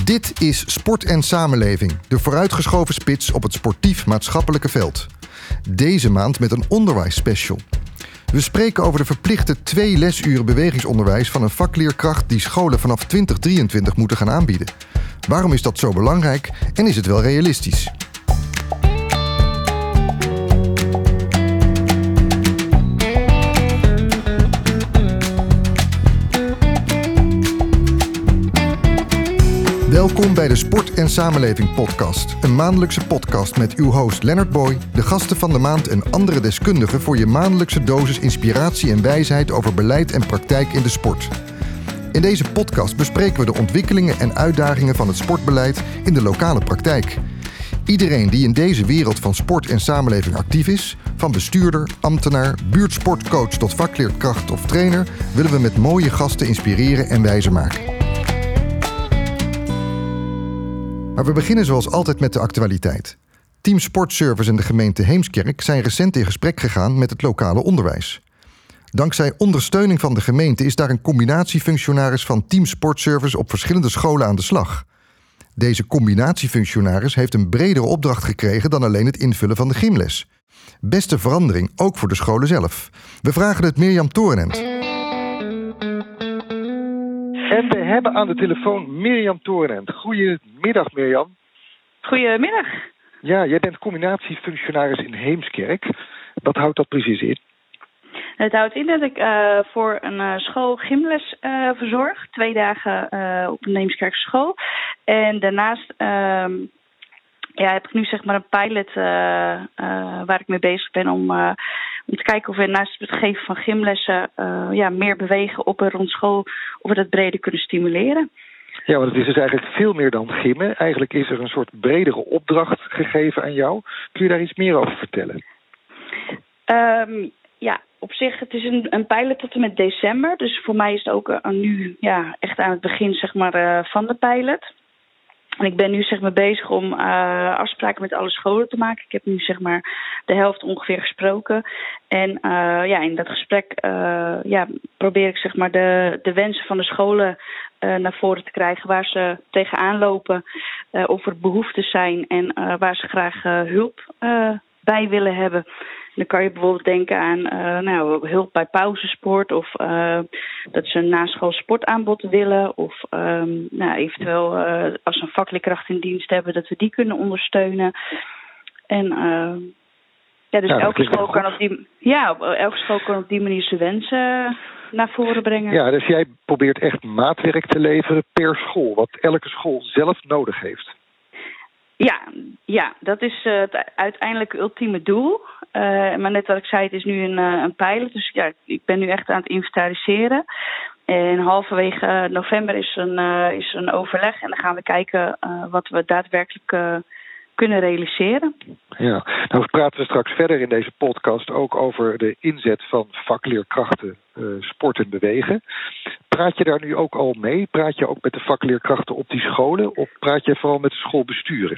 Dit is Sport en Samenleving, de vooruitgeschoven spits op het sportief-maatschappelijke veld. Deze maand met een onderwijsspecial. We spreken over de verplichte 2 lesuren bewegingsonderwijs van een vakleerkracht die scholen vanaf 2023 moeten gaan aanbieden. Waarom is dat zo belangrijk en is het wel realistisch? Welkom bij de Sport en Samenleving podcast. Een maandelijkse podcast met uw host Leonard Boy, de gasten van de maand en andere deskundigen voor je maandelijkse dosis inspiratie en wijsheid over beleid en praktijk in de sport. In deze podcast bespreken we de ontwikkelingen en uitdagingen van het sportbeleid in de lokale praktijk. Iedereen die in deze wereld van sport en samenleving actief is, van bestuurder, ambtenaar, buurtsportcoach tot vakleerkracht of trainer, willen we met mooie gasten inspireren en wijzer maken. Maar we beginnen zoals altijd met de actualiteit. Team Sportservice en de gemeente Heemskerk zijn recent in gesprek gegaan met het lokale onderwijs. Dankzij ondersteuning van de gemeente is daar een combinatiefunctionaris van Team Sportservice op verschillende scholen aan de slag. Deze combinatiefunctionaris heeft een bredere opdracht gekregen dan alleen het invullen van de gymles. Beste verandering, ook voor de scholen zelf. We vragen het Mirjam Torenent. En we hebben aan de telefoon Mirjam Torenent. Goedemiddag, Mirjam. Goedemiddag. Ja, jij bent combinatiefunctionaris in Heemskerk. Wat houdt dat precies in? Het houdt in dat ik voor een school gymles verzorg. 2 dagen op een Heemskerkse school. En daarnaast heb ik nu zeg maar een pilot waar ik mee bezig ben om te kijken of we naast het geven van gymlessen meer bewegen op en rond school, of we dat breder kunnen stimuleren. Ja, want het is dus eigenlijk veel meer dan gymmen. Eigenlijk is er een soort bredere opdracht gegeven aan jou. Kun je daar iets meer over vertellen? Op zich, het is een pilot tot en met december. Dus voor mij is het ook nu echt aan het begin zeg maar, van de pilot. En ik ben nu zeg maar bezig om afspraken met alle scholen te maken. Ik heb nu zeg maar de helft ongeveer gesproken. En in dat gesprek probeer ik zeg maar de wensen van de scholen naar voren te krijgen. Waar ze tegenaan lopen, of er behoeftes zijn en waar ze graag hulp bij willen hebben. Dan kan je bijvoorbeeld denken aan hulp bij pauzesport of dat ze een naschool sportaanbod willen. Of eventueel als ze een vakleerkracht in dienst hebben, dat we die kunnen ondersteunen. En elke school kan op die manier zijn wensen naar voren brengen. Ja, dus jij probeert echt maatwerk te leveren per school, wat elke school zelf nodig heeft. Ja, dat is het uiteindelijk ultieme doel. Maar net wat ik zei, het is nu een pilot. Dus ik ben nu echt aan het inventariseren. En halverwege november is een overleg. En dan gaan we kijken wat we daadwerkelijk kunnen realiseren. Ja, nou praten we straks verder in deze podcast ook over de inzet van vakleerkrachten sport en bewegen. Praat je daar nu ook al mee? Praat je ook met de vakleerkrachten op die scholen? Of praat je vooral met de schoolbesturen?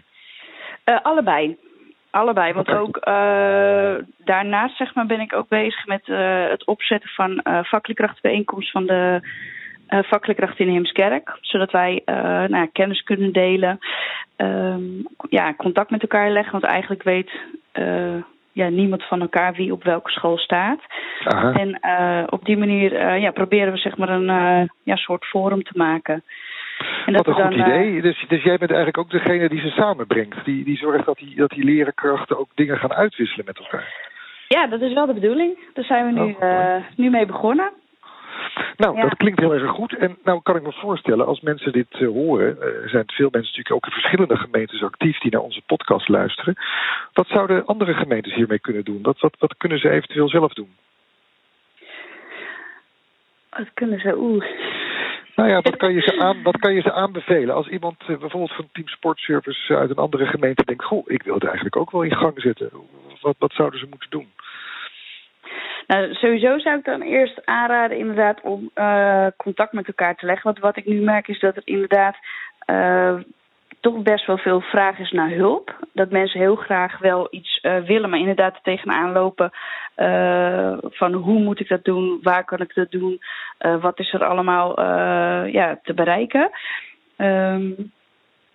Allebei, want ook daarnaast zeg maar, ben ik ook bezig met het opzetten van vakleerkrachtenbijeenkomst van de vakleerkrachten in Heemskerk. Zodat wij kennis kunnen delen, contact met elkaar leggen. Want eigenlijk weet niemand van elkaar wie op welke school staat. Aha. En op die manier proberen we zeg maar een soort forum te maken. En wat een goed idee. Dus jij bent eigenlijk ook degene die ze samenbrengt. Die zorgt dat die leerkrachten ook dingen gaan uitwisselen met elkaar. Ja, dat is wel de bedoeling. Daar zijn we nu mee begonnen. Nou, dat klinkt heel erg goed. En nou kan ik me voorstellen, als mensen dit horen, er zijn veel mensen natuurlijk ook in verschillende gemeentes actief die naar onze podcast luisteren. Wat zouden andere gemeentes hiermee kunnen doen? Wat kunnen ze eventueel zelf doen? Wat kunnen ze? Nou ja, wat kan je ze aanbevelen? Als iemand bijvoorbeeld van Team Sportservice uit een andere gemeente denkt, ik wil het eigenlijk ook wel in gang zetten. Wat zouden ze moeten doen? Nou, sowieso zou ik dan eerst aanraden inderdaad om contact met elkaar te leggen. Want wat ik nu merk is dat er inderdaad toch best wel veel vraag is naar hulp. Dat mensen heel graag wel iets willen, maar inderdaad tegenaan lopen van hoe moet ik dat doen, waar kan ik dat doen, wat is er allemaal te bereiken.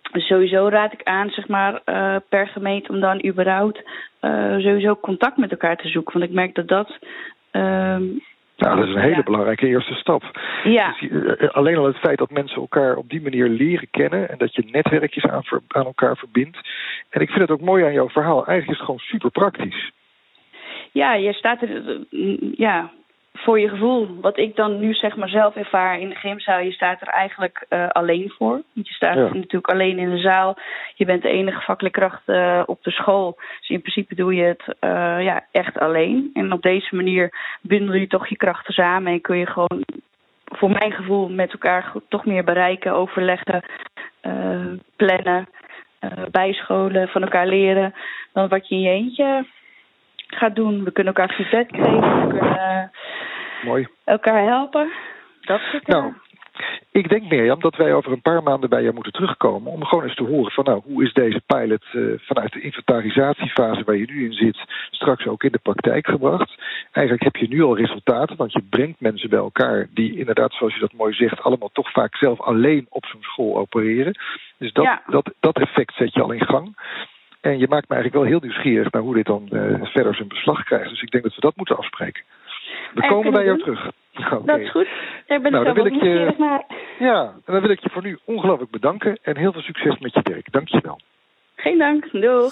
Sowieso raad ik aan, zeg maar, per gemeente om dan überhaupt sowieso contact met elkaar te zoeken. Want ik merk dat dat is een hele belangrijke eerste stap. Ja. Dus, alleen al het feit dat mensen elkaar op die manier leren kennen en dat je netwerkjes aan elkaar verbindt. En ik vind het ook mooi aan jouw verhaal. Eigenlijk is het gewoon super praktisch. Ja, je staat er, voor je gevoel. Wat ik dan nu zeg maar zelf ervaar in de gymzaal, je staat er eigenlijk alleen voor. Want je staat natuurlijk alleen in de zaal. Je bent de enige vakleerkracht op de school. Dus in principe doe je het echt alleen. En op deze manier bundel je toch je krachten samen en kun je gewoon, voor mijn gevoel, met elkaar toch meer bereiken, overleggen, plannen, bijscholen, van elkaar leren, dan wat je in je eentje gaat doen. We kunnen elkaar feedback geven, we kunnen elkaar helpen. Dat soort dingen. Nou, ik denk, Mirjam, dat wij over een paar maanden bij jou moeten terugkomen om gewoon eens te horen van hoe is deze pilot vanuit de inventarisatiefase waar je nu in zit straks ook in de praktijk gebracht. Eigenlijk heb je nu al resultaten, want je brengt mensen bij elkaar die inderdaad, zoals je dat mooi zegt, allemaal toch vaak zelf alleen op zo'n school opereren. Dus dat effect zet je al in gang. En je maakt me eigenlijk wel heel nieuwsgierig naar hoe dit dan verder zijn beslag krijgt. Dus ik denk dat we dat moeten afspreken. We komen bij jou terug. Okay. Dat is goed. Daar ben ik wel nieuwsgierig naar. Ja, en dan wil ik je voor nu ongelooflijk bedanken. En heel veel succes met je werk. Dank je wel. Geen dank. Doeg.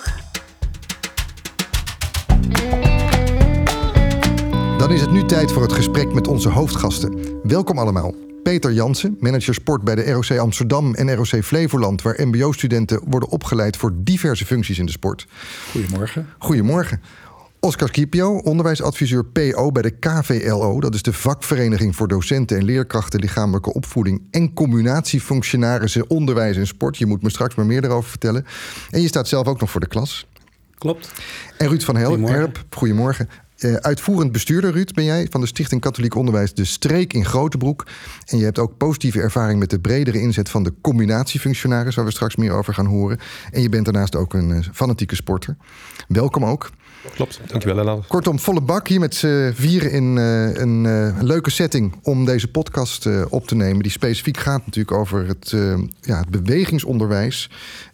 Dan is het nu tijd voor het gesprek met onze hoofdgasten. Welkom allemaal. Peter Jansen, manager sport bij de ROC Amsterdam en ROC Flevoland, waar mbo-studenten worden opgeleid voor diverse functies in de sport. Goedemorgen. Goedemorgen. Oscar Scipio, onderwijsadviseur PO bij de KVLO. Dat is de vakvereniging voor docenten en leerkrachten lichamelijke opvoeding en combinatiefunctionarissen onderwijs en sport. Je moet me straks maar meer erover vertellen. En je staat zelf ook nog voor de klas. Klopt. En Ruud van Herp, goedemorgen. Uitvoerend bestuurder, Ruud, ben jij van de Stichting Katholiek Onderwijs De Streek in Grotebroek. En je hebt ook positieve ervaring met de bredere inzet van de combinatiefunctionaris, waar we straks meer over gaan horen. En je bent daarnaast ook een fanatieke sporter. Welkom ook. Klopt, dankjewel Elan. Kortom, volle bak hier met z'n vieren in een leuke setting om deze podcast op te nemen. Die specifiek gaat natuurlijk over het bewegingsonderwijs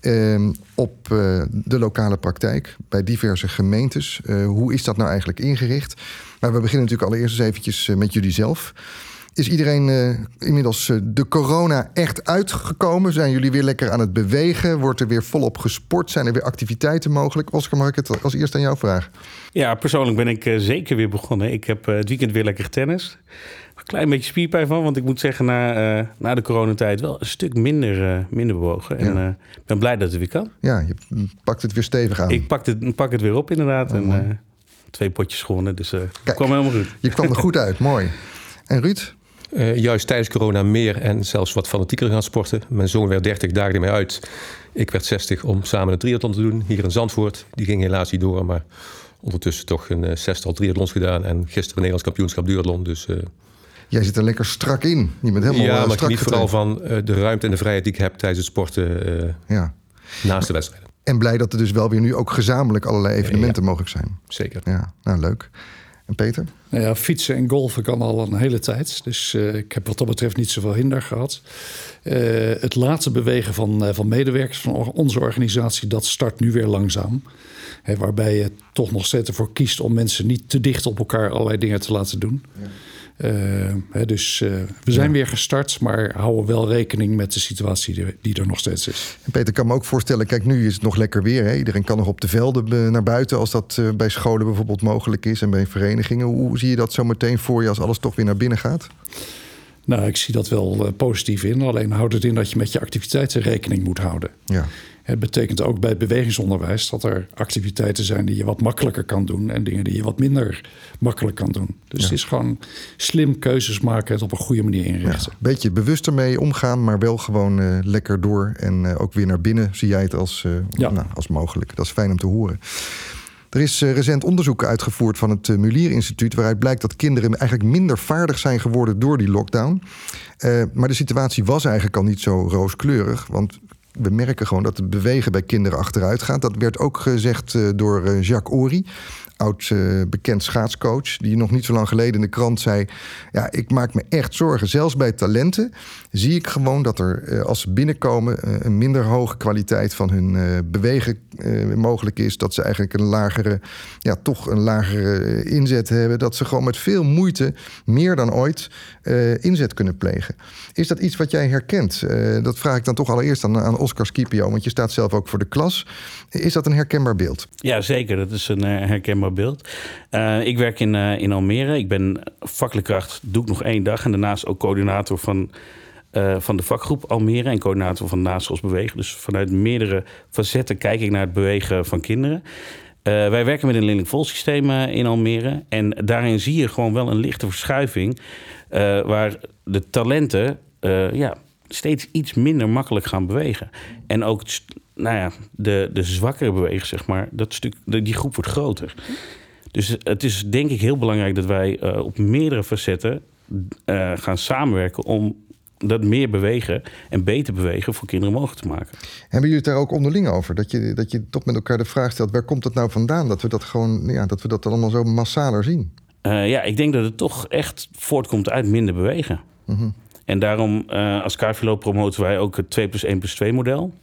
op de lokale praktijk bij diverse gemeentes. Hoe is dat nou eigenlijk ingericht? Maar we beginnen natuurlijk allereerst eens eventjes met jullie zelf. Is iedereen inmiddels de corona echt uitgekomen? Zijn jullie weer lekker aan het bewegen? Wordt er weer volop gesport? Zijn er weer activiteiten mogelijk? Oscar, mag ik het als eerst aan jou vragen? Ja, persoonlijk ben ik zeker weer begonnen. Ik heb het weekend weer lekker getennis. Een klein beetje spierpijn van, want ik moet zeggen na de coronatijd wel een stuk minder bewogen. Ja. En ik ben blij dat het weer kan. Ja, je pakt het weer stevig aan. Ik pak het weer op inderdaad. Oh, en 2 potjes gewonnen, dus het kwam helemaal goed. Je kwam er goed uit, mooi. En Ruud? Juist tijdens corona meer en zelfs wat fanatieker gaan sporten. Mijn zoon werd 30 dagen ermee uit. Ik werd 60 om samen een triathlon te doen hier in Zandvoort. Die ging helaas niet door, maar ondertussen toch een 6-tal triathlons gedaan. En gisteren een Nederlands kampioenschap duathlon. Dus, jij zit er lekker strak in. Je bent helemaal maar strak ik geniet getraind. vooral van de ruimte en de vrijheid die ik heb tijdens het sporten naast de wedstrijden. En blij dat er dus wel weer nu ook gezamenlijk allerlei evenementen mogelijk zijn. Zeker. Ja, nou leuk. En Peter? Nou ja, fietsen en golfen kan al een hele tijd. Dus ik heb wat dat betreft niet zoveel hinder gehad. Het laten bewegen van medewerkers van onze organisatie, dat start nu weer langzaam. Waarbij je toch nog steeds ervoor kiest om mensen niet te dicht op elkaar allerlei dingen te laten doen. Ja. Dus we zijn weer gestart, maar houden wel rekening met de situatie die er nog steeds is. En Peter, kan me ook voorstellen, kijk, nu is het nog lekker weer. Hè? Iedereen kan nog op de velden naar buiten als dat bij scholen bijvoorbeeld mogelijk is en bij verenigingen. Hoe zie je dat zo meteen voor je als alles toch weer naar binnen gaat? Nou, ik zie dat wel positief in. Alleen houdt het in dat je met je activiteiten rekening moet houden. Ja. Het betekent ook bij het bewegingsonderwijs dat er activiteiten zijn die je wat makkelijker kan doen en dingen die je wat minder makkelijk kan doen. Dus het is gewoon slim keuzes maken, het op een goede manier inrichten. Een beetje bewuster mee omgaan, maar wel gewoon lekker door. En ook weer naar binnen zie jij het als mogelijk. Dat is fijn om te horen. Er is recent onderzoek uitgevoerd van het Mulier Instituut, waaruit blijkt dat kinderen eigenlijk minder vaardig zijn geworden door die lockdown. Maar de situatie was eigenlijk al niet zo rooskleurig, want we merken gewoon dat het bewegen bij kinderen achteruit gaat. Dat werd ook gezegd door Jacques Ory, oud bekend schaatscoach, die nog niet zo lang geleden in de krant zei, ja, ik maak me echt zorgen. Zelfs bij talenten zie ik gewoon dat er, als ze binnenkomen, een minder hoge kwaliteit van hun bewegen mogelijk is. Dat ze eigenlijk een lagere inzet hebben. Dat ze gewoon met veel moeite, meer dan ooit, inzet kunnen plegen. Is dat iets wat jij herkent? Dat vraag ik dan toch allereerst aan Oscar Scipio, want je staat zelf ook voor de klas. Is dat een herkenbaar beeld? Ja, zeker. Dat is een herkenbaar beeld. Ik werk in Almere. Ik ben vakleerkracht, doe ik nog 1 dag. En daarnaast ook coördinator van de vakgroep Almere en coördinator van Naschools Bewegen. Dus vanuit meerdere facetten kijk ik naar het bewegen van kinderen. Wij werken met een leerling-volsysteem in Almere. En daarin zie je gewoon wel een lichte verschuiving, waar de talenten steeds iets minder makkelijk gaan bewegen. En ook de zwakkere bewegen, zeg maar, die groep wordt groter. Dus het is denk ik heel belangrijk dat wij op meerdere facetten gaan samenwerken om dat meer bewegen en beter bewegen voor kinderen mogelijk te maken. Hebben jullie het daar ook onderling over? Dat je toch met elkaar de vraag stelt, waar komt het nou vandaan? Dat we dat allemaal zo massaler zien? Ik denk dat het toch echt voortkomt uit minder bewegen. Mm-hmm. En daarom als KVLO promoten wij ook het 2+1+2 model.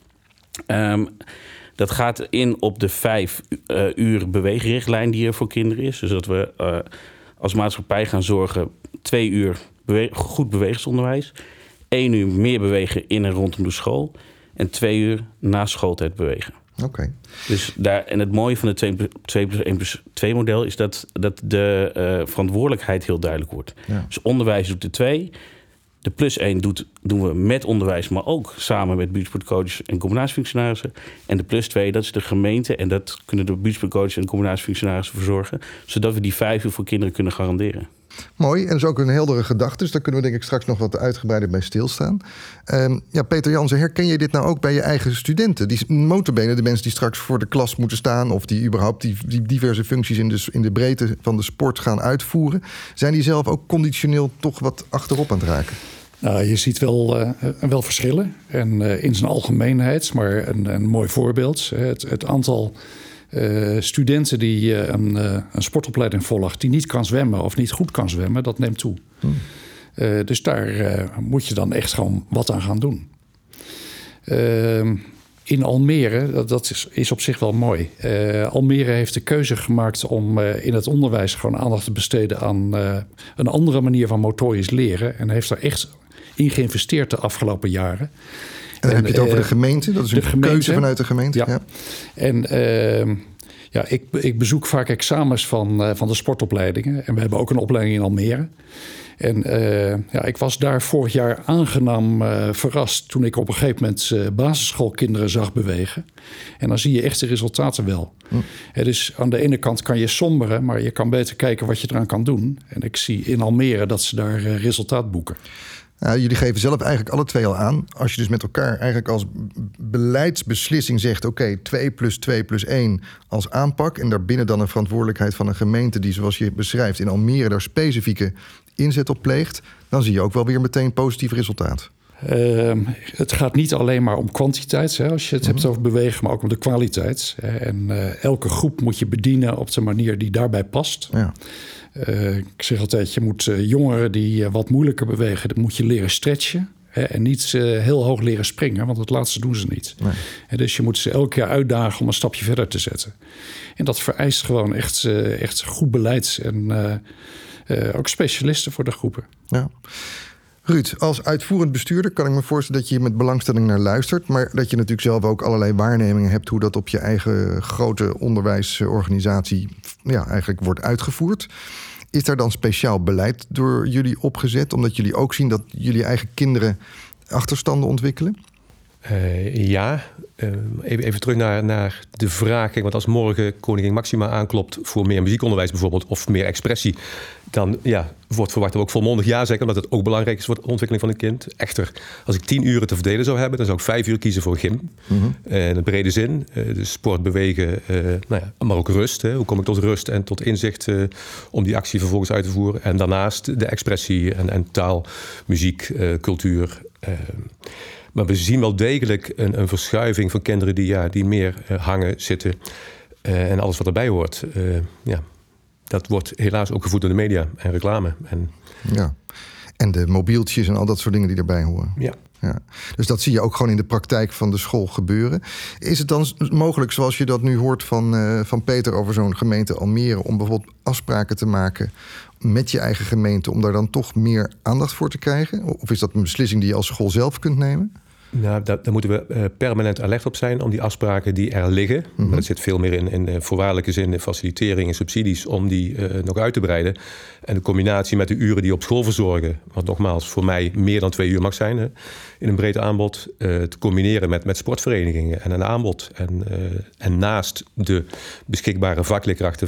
Dat gaat in op de 5 uur beweegrichtlijn die er voor kinderen is. Dus dat we als maatschappij gaan zorgen 2 uur goed bewegingsonderwijs, 1 uur meer bewegen in en rondom de school en 2 uur na schooltijd bewegen. Okay. Dus en het mooie van het 2+1+2 model is dat de verantwoordelijkheid heel duidelijk wordt. Ja. Dus onderwijs doet de 2. De +1 doen we met onderwijs, maar ook samen met buurtsportcoaches en combinatiefunctionarissen. En de +2, dat is de gemeente. En dat kunnen de buurtsportcoaches en combinatiefunctionarissen voor zorgen, zodat we die 5 uur voor kinderen kunnen garanderen. Mooi, en dat is ook een heldere gedachte. Dus daar kunnen we denk ik straks nog wat uitgebreider bij stilstaan. Peter Jansen, herken je dit nou ook bij je eigen studenten? Die notabene, de mensen die straks voor de klas moeten staan, of die überhaupt die diverse functies in de breedte van de sport gaan uitvoeren, zijn die zelf ook conditioneel toch wat achterop aan het raken? Nou, je ziet wel verschillen. En in zijn algemeenheid, maar een mooi voorbeeld. Het aantal studenten die een sportopleiding volgt die niet kan zwemmen of niet goed kan zwemmen, dat neemt toe. Dus daar moet je dan echt gewoon wat aan gaan doen. In Almere, dat is op zich wel mooi. Almere heeft de keuze gemaakt om in het onderwijs gewoon aandacht te besteden aan een andere manier van motorisch leren. En heeft daar echt in geïnvesteerd de afgelopen jaren. En dan heb je het over de gemeente? Dat is een keuze vanuit de gemeente? Ja. En ik bezoek vaak examens van de sportopleidingen. En we hebben ook een opleiding in Almere. En ik was daar vorig jaar aangenaam verrast toen ik op een gegeven moment basisschoolkinderen zag bewegen. En dan zie je echt de resultaten wel. Dus aan de ene kant kan je somberen, maar je kan beter kijken wat je eraan kan doen. En ik zie in Almere dat ze daar resultaat boeken. Jullie geven zelf eigenlijk alle twee al aan. Als je dus met elkaar eigenlijk als beleidsbeslissing zegt, oké, 2+2+1 als aanpak, en daarbinnen dan een verantwoordelijkheid van een gemeente die, zoals je beschrijft, in Almere daar specifieke inzet op pleegt, dan zie je ook wel weer meteen positief resultaat. Het gaat niet alleen maar om kwantiteit, hè, als je het hebt over bewegen, maar ook om de kwaliteit. En elke groep moet je bedienen op de manier die daarbij past. Ja. Ik zeg altijd, je moet jongeren die wat moeilijker bewegen, dat moet je leren stretchen. En niet heel hoog leren springen, want het laatste doen ze niet. Nee. Dus je moet ze elke keer uitdagen om een stapje verder te zetten. En dat vereist gewoon echt goed beleid en ook specialisten voor de groepen. Ja. Ruud, als uitvoerend bestuurder kan ik me voorstellen dat je hier met belangstelling naar luistert, maar dat je natuurlijk zelf ook allerlei waarnemingen hebt hoe dat op je eigen grote onderwijsorganisatie eigenlijk wordt uitgevoerd. Is daar dan speciaal beleid door jullie opgezet, omdat jullie ook zien dat jullie eigen kinderen achterstanden ontwikkelen? Even terug naar de vraag. Want als morgen koningin Maxima aanklopt voor meer muziekonderwijs bijvoorbeeld, of meer expressie, dan wordt verwacht dat we ook volmondig ja zeggen, omdat het ook belangrijk is voor de ontwikkeling van een kind. Echter, als ik 10 uren te verdelen zou hebben, dan zou ik 5 uur kiezen voor gym. In een brede zin. Dus sport, bewegen, maar ook rust. Hoe kom ik tot rust en tot inzicht om die actie vervolgens uit te voeren. En daarnaast de expressie en taal, muziek, cultuur. Maar we zien wel degelijk een verschuiving van kinderen die meer hangen, zitten en alles wat erbij hoort. dat wordt helaas ook gevoed door de media en reclame. En de mobieltjes en al dat soort dingen die erbij horen. Ja. Dus dat zie je ook gewoon in de praktijk van de school gebeuren. Is het dan mogelijk, zoals je dat nu hoort van Peter over zo'n gemeente Almere, om bijvoorbeeld afspraken te maken met je eigen gemeente, om daar dan toch meer aandacht voor te krijgen? Of is dat een beslissing die je als school zelf kunt nemen? Nou, daar moeten we permanent alert op zijn om die afspraken die er liggen. Maar dat zit veel meer in voorwaardelijke zin, in facilitering en subsidies, om die nog uit te breiden. En de combinatie met de uren die op school verzorgen, wat nogmaals voor mij meer dan 2 uur mag zijn, in een breed aanbod, te combineren met sportverenigingen en een aanbod. En naast de beschikbare vakleerkrachten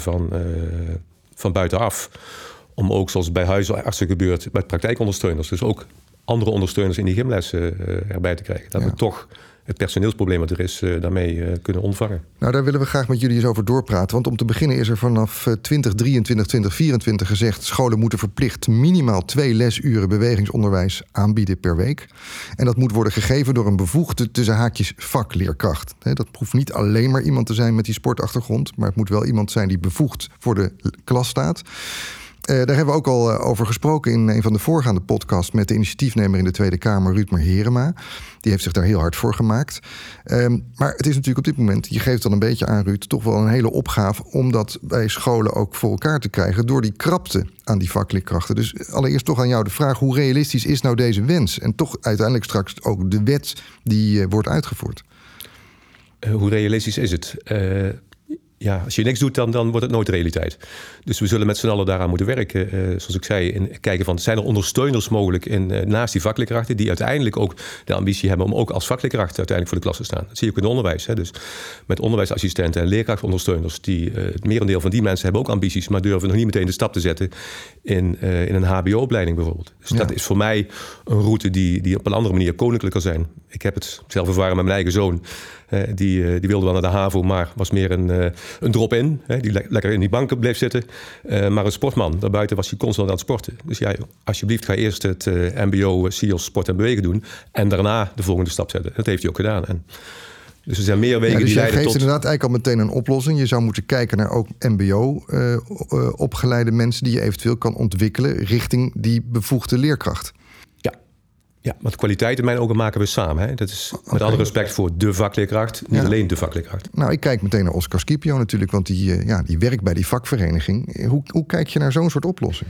van buitenaf, om ook, zoals bij huisartsen gebeurt, met praktijkondersteuners, dus ook andere ondersteuners in die gymlessen erbij te krijgen. Dat we toch het personeelsprobleem wat er is, daarmee kunnen ontvangen. Nou, daar willen we graag met jullie eens over doorpraten. Want om te beginnen is er vanaf 2023, 2024 gezegd, scholen moeten verplicht minimaal 2 lesuren bewegingsonderwijs aanbieden per week. En dat moet worden gegeven door een bevoegde tussen haakjes vakleerkracht. Dat hoeft niet alleen maar iemand te zijn met die sportachtergrond, maar het moet wel iemand zijn die bevoegd voor de klas staat. Daar hebben we ook al over gesproken in een van de voorgaande podcasts met de initiatiefnemer in de Tweede Kamer, Rutmer Herema. Die heeft zich daar heel hard voor gemaakt. Maar het is natuurlijk op dit moment, je geeft al een beetje aan, Ruud, toch wel een hele opgave om dat bij scholen ook voor elkaar te krijgen door die krapte aan die vakleerkrachten. Dus allereerst toch aan jou de vraag, hoe realistisch is nou deze wens? En toch uiteindelijk straks ook de wet die wordt uitgevoerd. Hoe realistisch is het? Als je niks doet, dan wordt het nooit realiteit. Dus we zullen met z'n allen daaraan moeten werken. Zoals ik zei, kijken van, zijn er ondersteuners mogelijk naast die vakleerkrachten, die uiteindelijk ook de ambitie hebben om ook als vakleerkracht uiteindelijk voor de klas te staan. Dat zie je ook in het onderwijs. Dus met onderwijsassistenten en leerkrachtondersteuners, het merendeel van die mensen hebben ook ambities, maar durven nog niet meteen de stap te zetten in een hbo-opleiding bijvoorbeeld. Dus dat is voor mij een route die op een andere manier koninklijk kan zijn. Ik heb het zelf ervaren met mijn eigen zoon. Die wilde wel naar de HAVO, maar was meer een drop-in. Die lekker in die banken bleef zitten. Maar een sportman, daarbuiten was hij constant aan het sporten. Dus alsjeblieft ga eerst het mbo SIOS sport en bewegen doen en daarna de volgende stap zetten. Dat heeft hij ook gedaan. Dus er zijn meer wegen die leiden tot... Dus je geeft inderdaad eigenlijk al meteen een oplossing. Je zou moeten kijken naar ook mbo-opgeleide mensen die je eventueel kan ontwikkelen richting die bevoegde leerkracht. Ja, maar de kwaliteit in mijn ogen maken we samen. Dat is met alle respect voor de vakleerkracht, niet alleen de vakleerkracht. Nou, ik kijk meteen naar Oscar Scipio natuurlijk, want die werkt bij die vakvereniging. Hoe kijk je naar zo'n soort oplossing?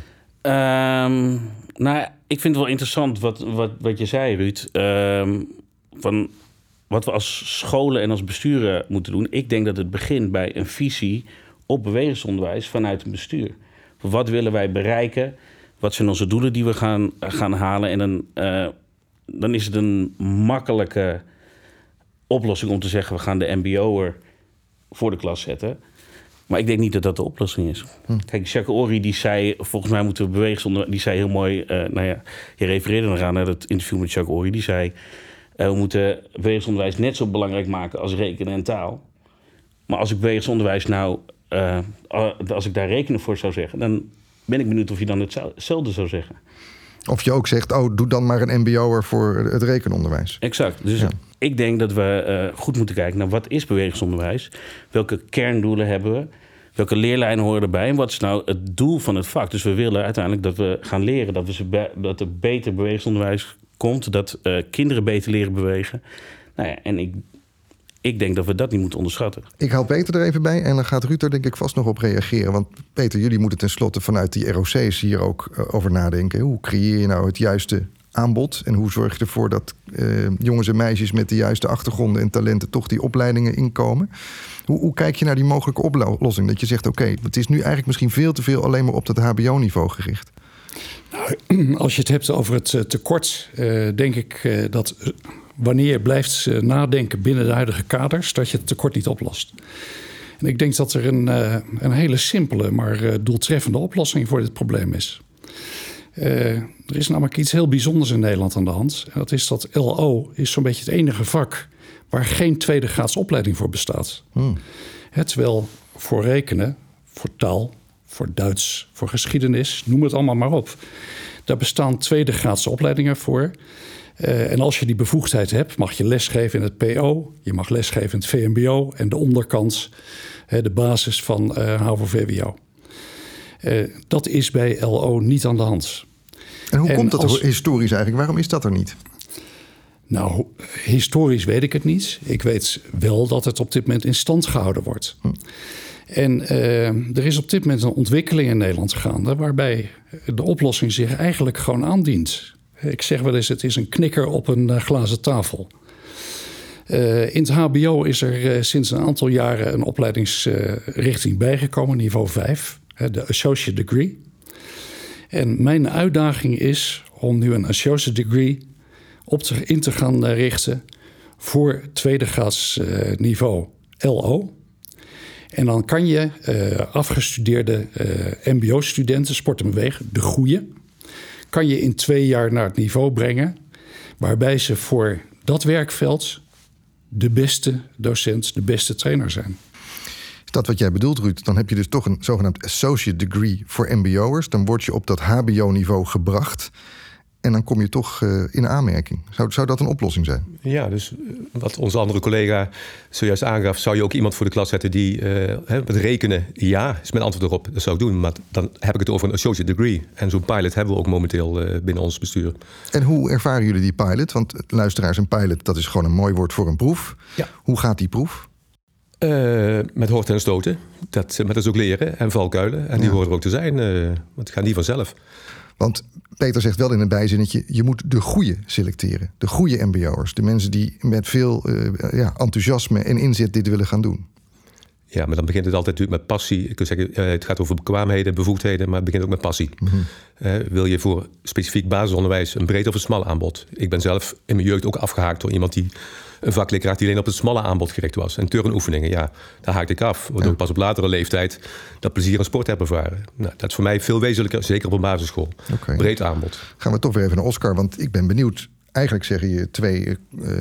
Ik vind het wel interessant wat je zei, Ruud. Van wat we als scholen en als besturen moeten doen. Ik denk dat het begint bij een visie op bewegingsonderwijs vanuit een bestuur. Wat willen wij bereiken? Wat zijn onze doelen die we gaan halen? En dan is het een makkelijke oplossing om te zeggen, we gaan de mbo'er voor de klas zetten. Maar ik denk niet dat dat de oplossing is. Kijk, Jacques Ory die zei, volgens mij moeten we bewegingsonderwijs, die zei heel mooi, je refereerde nog aan het interview met Jacques Ory, die zei, we moeten bewegingsonderwijs net zo belangrijk maken als rekenen en taal. Maar als ik bewegingsonderwijs als ik daar rekenen voor zou zeggen, dan ben ik benieuwd of je dan hetzelfde zou zeggen. Of je ook zegt, doe dan maar een mbo'er voor het rekenonderwijs. Exact. Dus ik denk dat we goed moeten kijken naar wat is bewegingsonderwijs? Welke kerndoelen hebben we? Welke leerlijnen horen erbij? En wat is nou het doel van het vak? Dus we willen uiteindelijk dat we gaan leren, dat er beter bewegingsonderwijs komt, dat kinderen beter leren bewegen. En ik denk dat we dat niet moeten onderschatten. Ik haal Peter er even bij en dan gaat Ruud er denk ik vast nog op reageren. Want Peter, jullie moeten tenslotte vanuit die ROC's hier ook over nadenken. Hoe creëer je nou het juiste aanbod? En hoe zorg je ervoor dat jongens en meisjes met de juiste achtergronden en talenten toch die opleidingen inkomen? Hoe kijk je naar die mogelijke oplossing? Dat je zegt, oké, het is nu eigenlijk misschien veel te veel alleen maar op dat hbo-niveau gericht. Nou, als je het hebt over het tekort, denk ik dat wanneer je blijft nadenken binnen de huidige kaders, dat je het tekort niet oplost. En ik denk dat er een hele simpele, maar doeltreffende oplossing voor dit probleem is. Er is namelijk iets heel bijzonders in Nederland aan de hand. En dat is dat LO is zo'n beetje het enige vak waar geen tweede graads opleiding voor bestaat. Terwijl voor rekenen, voor taal, voor Duits, voor geschiedenis, noem het allemaal maar op. Daar bestaan tweede graadse opleidingen voor. En als je die bevoegdheid hebt, mag je lesgeven in het PO, je mag lesgeven in het VMBO en de onderkant, de basis van HAVO-VWO. Dat is bij LO niet aan de hand. En hoe komt dat historisch eigenlijk? Waarom is dat er niet? Nou, historisch weet ik het niet. Ik weet wel dat het op dit moment in stand gehouden wordt. En er is op dit moment een ontwikkeling in Nederland gaande, waarbij de oplossing zich eigenlijk gewoon aandient. Ik zeg wel eens, het is een knikker op een glazen tafel. In het HBO is er sinds een aantal jaren een opleidingsrichting bijgekomen, niveau 5, de Associate Degree. En mijn uitdaging is om nu een Associate Degree in te gaan richten voor tweede graads niveau LO. En dan kan je afgestudeerde mbo-studenten, sport en bewegen, de goeie, kan je in 2 jaar naar het niveau brengen waarbij ze voor dat werkveld de beste docent, de beste trainer zijn. Is dat wat jij bedoelt, Ruud? Dan heb je dus toch een zogenaamd associate degree voor mbo'ers. Dan word je op dat hbo-niveau gebracht. En dan kom je toch in aanmerking. Zou dat een oplossing zijn? Ja, dus wat onze andere collega zojuist aangaf, zou je ook iemand voor de klas zetten die met rekenen, ja, is mijn antwoord erop. Dat zou ik doen, maar dan heb ik het over een associate degree. En zo'n pilot hebben we ook momenteel binnen ons bestuur. En hoe ervaren jullie die pilot? Want luisteraars, een pilot, dat is gewoon een mooi woord voor een proef. Ja. Hoe gaat die proef? Met horten en stoten. Maar dat is ook leren en valkuilen. En die horen er ook te zijn, want het gaat niet vanzelf. Want Peter zegt wel in een bijzinnetje, je moet de goede selecteren. De goede mbo'ers. De mensen die met veel enthousiasme en inzet dit willen gaan doen. Ja, maar dan begint het altijd natuurlijk met passie. Ik kan zeggen, het gaat over bekwaamheden, bevoegdheden, maar het begint ook met passie. Mm-hmm. Wil je voor specifiek basisonderwijs een breed of een smal aanbod? Ik ben zelf in mijn jeugd ook afgehaakt door iemand die een vakleerkracht die alleen op het smalle aanbod gericht was. En turnoefeningen, daar haakte ik af. Waardoor ik pas op latere leeftijd dat plezier in sport heb ervaren. Nou, dat is voor mij veel wezenlijker, zeker op een basisschool. Okay. Breed aanbod. Gaan we toch weer even naar Oscar, want ik ben benieuwd. Eigenlijk zeggen je 2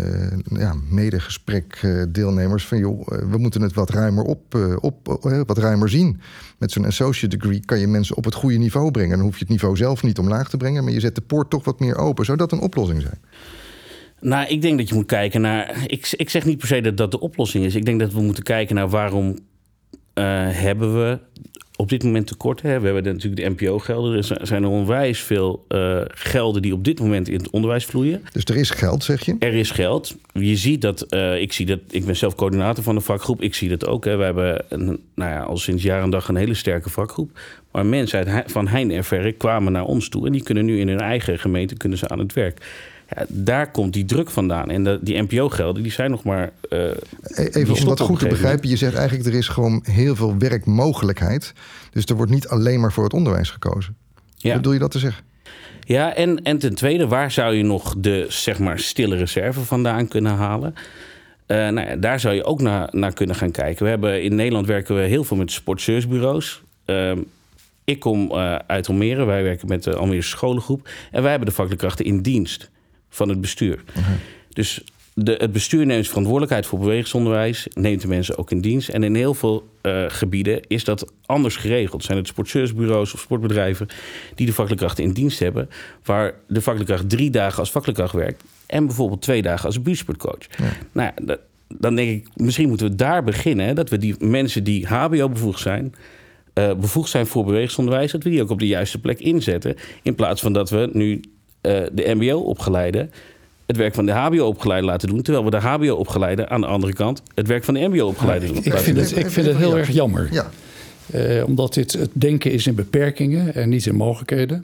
medegesprekdeelnemers van joh, we moeten het wat ruimer zien. Met zo'n associate degree kan je mensen op het goede niveau brengen. Dan hoef je het niveau zelf niet omlaag te brengen, maar je zet de poort toch wat meer open. Zou dat een oplossing zijn? Nou, ik denk dat je moet kijken naar... Ik zeg niet per se dat dat de oplossing is. Ik denk dat we moeten kijken naar waarom hebben we op dit moment tekort. Hè? We hebben natuurlijk de NPO-gelden. Er zijn er onwijs veel gelden die op dit moment in het onderwijs vloeien. Dus er is geld, zeg je? Er is geld. Je ziet dat... Ik ben zelf coördinator van de vakgroep. Ik zie dat ook. Hè. We hebben al sinds jaar en dag een hele sterke vakgroep. Maar mensen van heinde en verre kwamen naar ons toe. En die kunnen nu in hun eigen gemeente aan het werk. Ja, daar komt die druk vandaan. En die NPO-gelden, die zijn nog maar... Even om dat goed te begrijpen. Je zegt eigenlijk, er is gewoon heel veel werkmogelijkheid. Dus er wordt niet alleen maar voor het onderwijs gekozen. Ja. Wat bedoel je dat te zeggen? Ja, en ten tweede, waar zou je nog de, zeg maar, stille reserve vandaan kunnen halen? Daar zou je ook naar kunnen gaan kijken. In Nederland werken we heel veel met sportservicebureaus. Ik kom uit Almere. Wij werken met de Almere scholengroep. En wij hebben de vakelijke krachten in dienst van het bestuur. Uh-huh. Dus het bestuur neemt verantwoordelijkheid voor bewegingsonderwijs, neemt de mensen ook in dienst. En in heel veel gebieden is dat anders geregeld. Zijn het sportservicebureaus of sportbedrijven die de vakelijke krachten in dienst hebben, waar de vakelijke kracht 3 dagen als vakelijke kracht werkt en bijvoorbeeld 2 dagen als buurtsportcoach. Ja. Nou ja, dan denk ik, misschien moeten we daar beginnen. Hè, dat we die mensen die HBO-bevoegd zijn voor bewegingsonderwijs, dat we die ook op de juiste plek inzetten. In plaats van dat we nu de mbo-opgeleiden het werk van de hbo-opgeleiden laten doen, terwijl we de hbo-opgeleiden aan de andere kant het werk van de mbo-opgeleiden doen. Ik vind het heel erg jammer. Ja. Omdat het denken is in beperkingen en niet in mogelijkheden.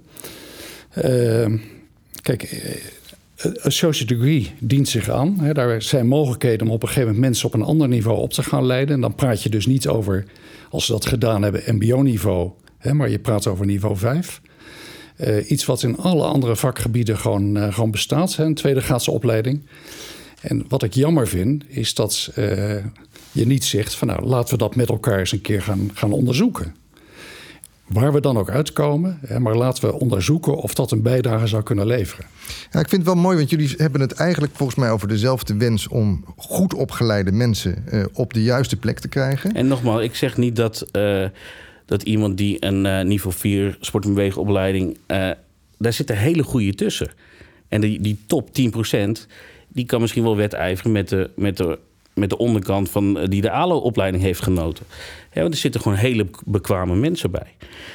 Associate degree dient zich aan. Hè. Daar zijn mogelijkheden om op een gegeven moment mensen op een ander niveau op te gaan leiden. En dan praat je dus niet over, als ze dat gedaan hebben, mbo-niveau. Hè, maar je praat over niveau 5. Iets wat in alle andere vakgebieden gewoon bestaat. Hè, een tweede graadse opleiding. En wat ik jammer vind, is dat je niet zegt van nou, laten we dat met elkaar eens een keer gaan onderzoeken. Waar we dan ook uitkomen, maar laten we onderzoeken of dat een bijdrage zou kunnen leveren. Ja, ik vind het wel mooi, want jullie hebben het eigenlijk volgens mij over dezelfde wens om goed opgeleide mensen op de juiste plek te krijgen. En nogmaals, ik zeg niet dat iemand die een niveau 4 sport- en beweegopleiding, daar zitten hele goede tussen. En die top 10%, die kan misschien wel wedijveren met de onderkant van die de ALO-opleiding heeft genoten. Ja, want er zitten gewoon hele bekwame mensen bij.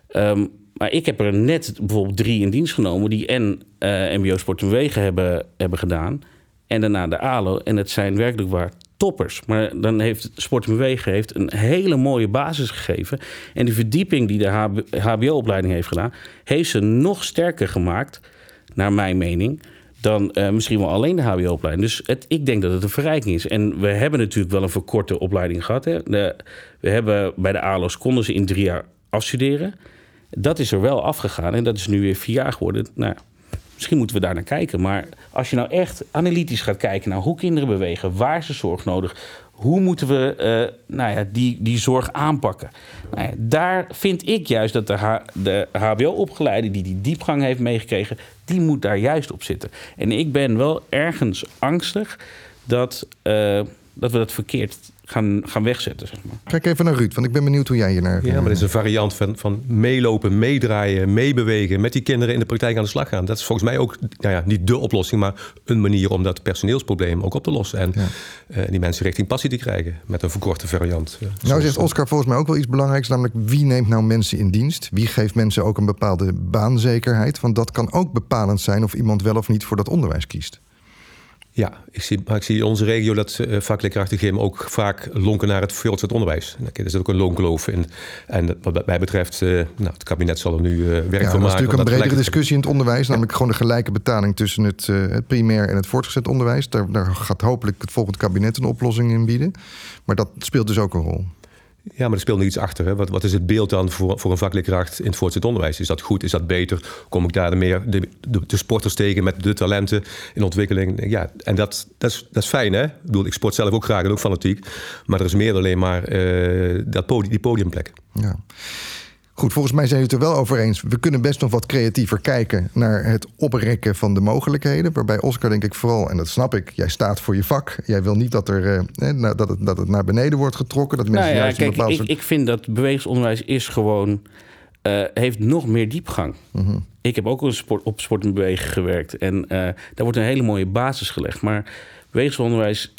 Maar ik heb er net bijvoorbeeld 3 in dienst genomen... die en mbo Sport en Bewegen hebben gedaan... en daarna de ALO. En het zijn werkelijk waar toppers. Maar dan heeft Sport en Bewegen een hele mooie basis gegeven. En de verdieping die de HBO-opleiding heeft gedaan... heeft ze nog sterker gemaakt, naar mijn mening... dan misschien wel alleen de HBO-opleiding. Dus ik denk dat het een verrijking is. En we hebben natuurlijk wel een verkorte opleiding gehad. Hè. We hebben bij de ALO's konden ze in 3 jaar afstuderen. Dat is er wel afgegaan en dat is nu weer 4 jaar geworden. Nou, misschien moeten we daar naar kijken. Maar als je nou echt analytisch gaat kijken naar hoe kinderen bewegen... waar ze zorg nodig... hoe moeten we die zorg aanpakken? Nou ja, daar vind ik juist dat de HBO-opgeleide... die diepgang heeft meegekregen... die moet daar juist op zitten. En ik ben wel ergens angstig dat we dat verkeerd gaan wegzetten, zeg maar. Kijk even naar Ruud, want ik ben benieuwd hoe jij hier naar... Ja, maar dat is een variant van meelopen, meedraaien, meebewegen... met die kinderen in de praktijk aan de slag gaan. Dat is volgens mij ook niet de oplossing... maar een manier om dat personeelsprobleem ook op te lossen. En die mensen richting passie te krijgen met een verkorte variant. Nou zegt Oscar volgens mij ook wel iets belangrijks... namelijk wie neemt nou mensen in dienst? Wie geeft mensen ook een bepaalde baanzekerheid? Want dat kan ook bepalend zijn of iemand wel of niet voor dat onderwijs kiest. Ja, ik zie in onze regio dat vakleerkrachten gym ook vaak lonken naar het voortgezet onderwijs. Er zit ook een loonkloof in. En wat mij betreft, het kabinet zal er nu werk van maken. Dat is natuurlijk een bredere discussie in het onderwijs. Namelijk gewoon de gelijke betaling tussen het primair en het voortgezet onderwijs. Daar gaat hopelijk het volgende kabinet een oplossing in bieden. Maar dat speelt dus ook een rol. Ja, maar er speelt nog iets achter. Hè? Wat is het beeld dan voor een vakleerkracht in het voortgezet onderwijs? Is dat goed? Is dat beter? Kom ik daar meer de sporters tegen met de talenten in ontwikkeling? Ja, en dat is fijn, hè? Ik sport zelf ook graag en ook fanatiek. Maar er is meer dan alleen maar die podiumplek. Ja. Goed, volgens mij zijn we het er wel over eens. We kunnen best nog wat creatiever kijken naar het oprekken van de mogelijkheden. Waarbij Oscar denk ik vooral, en dat snap ik, jij staat voor je vak. Jij wil niet dat het naar beneden wordt getrokken. Dat mensen juist een bepaald ik vind dat bewegingsonderwijs is gewoon heeft nog meer diepgang. Mm-hmm. Ik heb ook op sport en bewegen gewerkt. En daar wordt een hele mooie basis gelegd. Maar bewegingsonderwijs,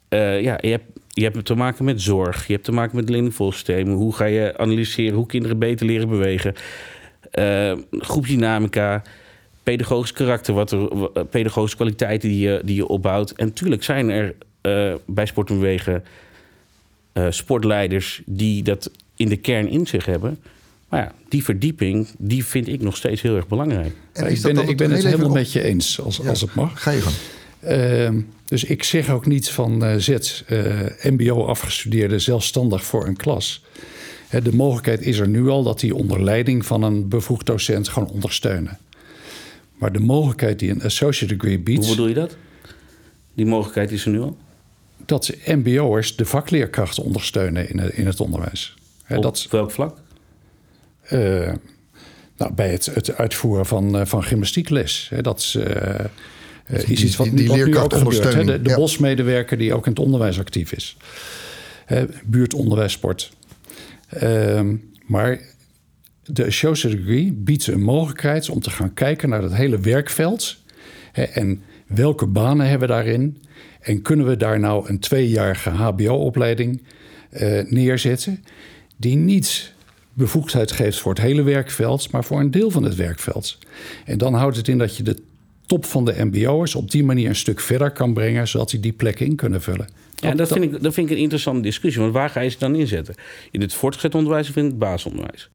je hebt te maken met zorg. Je hebt te maken met leerlingvolgsystemen. Hoe ga je analyseren hoe kinderen beter leren bewegen? Groepsdynamica, pedagogisch karakter, pedagogische kwaliteiten die je opbouwt. En natuurlijk zijn er bij sport en bewegen sportleiders die dat in de kern in zich hebben. Maar ja, die verdieping, die vind ik nog steeds heel erg belangrijk. En ik ben het helemaal met je eens, als het mag. Ga je gang. Dus ik zeg ook niet van zet mbo afgestudeerden zelfstandig voor een klas. De mogelijkheid is er nu al dat die onder leiding van een bevoegd docent gaan ondersteunen. Maar de mogelijkheid die een associate degree biedt... Hoe bedoel je dat? Die mogelijkheid is er nu al? Dat mbo'ers de vakleerkrachten ondersteunen in het onderwijs. Op welk vlak? Bij het uitvoeren van gymnastiekles. Dat is iets wat nu ook gebeurt. De bosmedewerker die ook in het onderwijs actief is. Buurtonderwijs, sport. Maar de associate degree biedt een mogelijkheid om te gaan kijken naar het hele werkveld. En welke banen hebben we daarin? En kunnen we daar nou een 2-jarige hbo-opleiding neerzetten... die niet bevoegdheid geeft voor het hele werkveld... maar voor een deel van het werkveld. En dan houdt het in dat je de top van de mbo'ers op die manier een stuk verder kan brengen... zodat die plek in kunnen vullen. Ja, dat vind ik een interessante discussie. Want waar ga je ze dan inzetten? In het voortgezet onderwijs of in het basisonderwijs?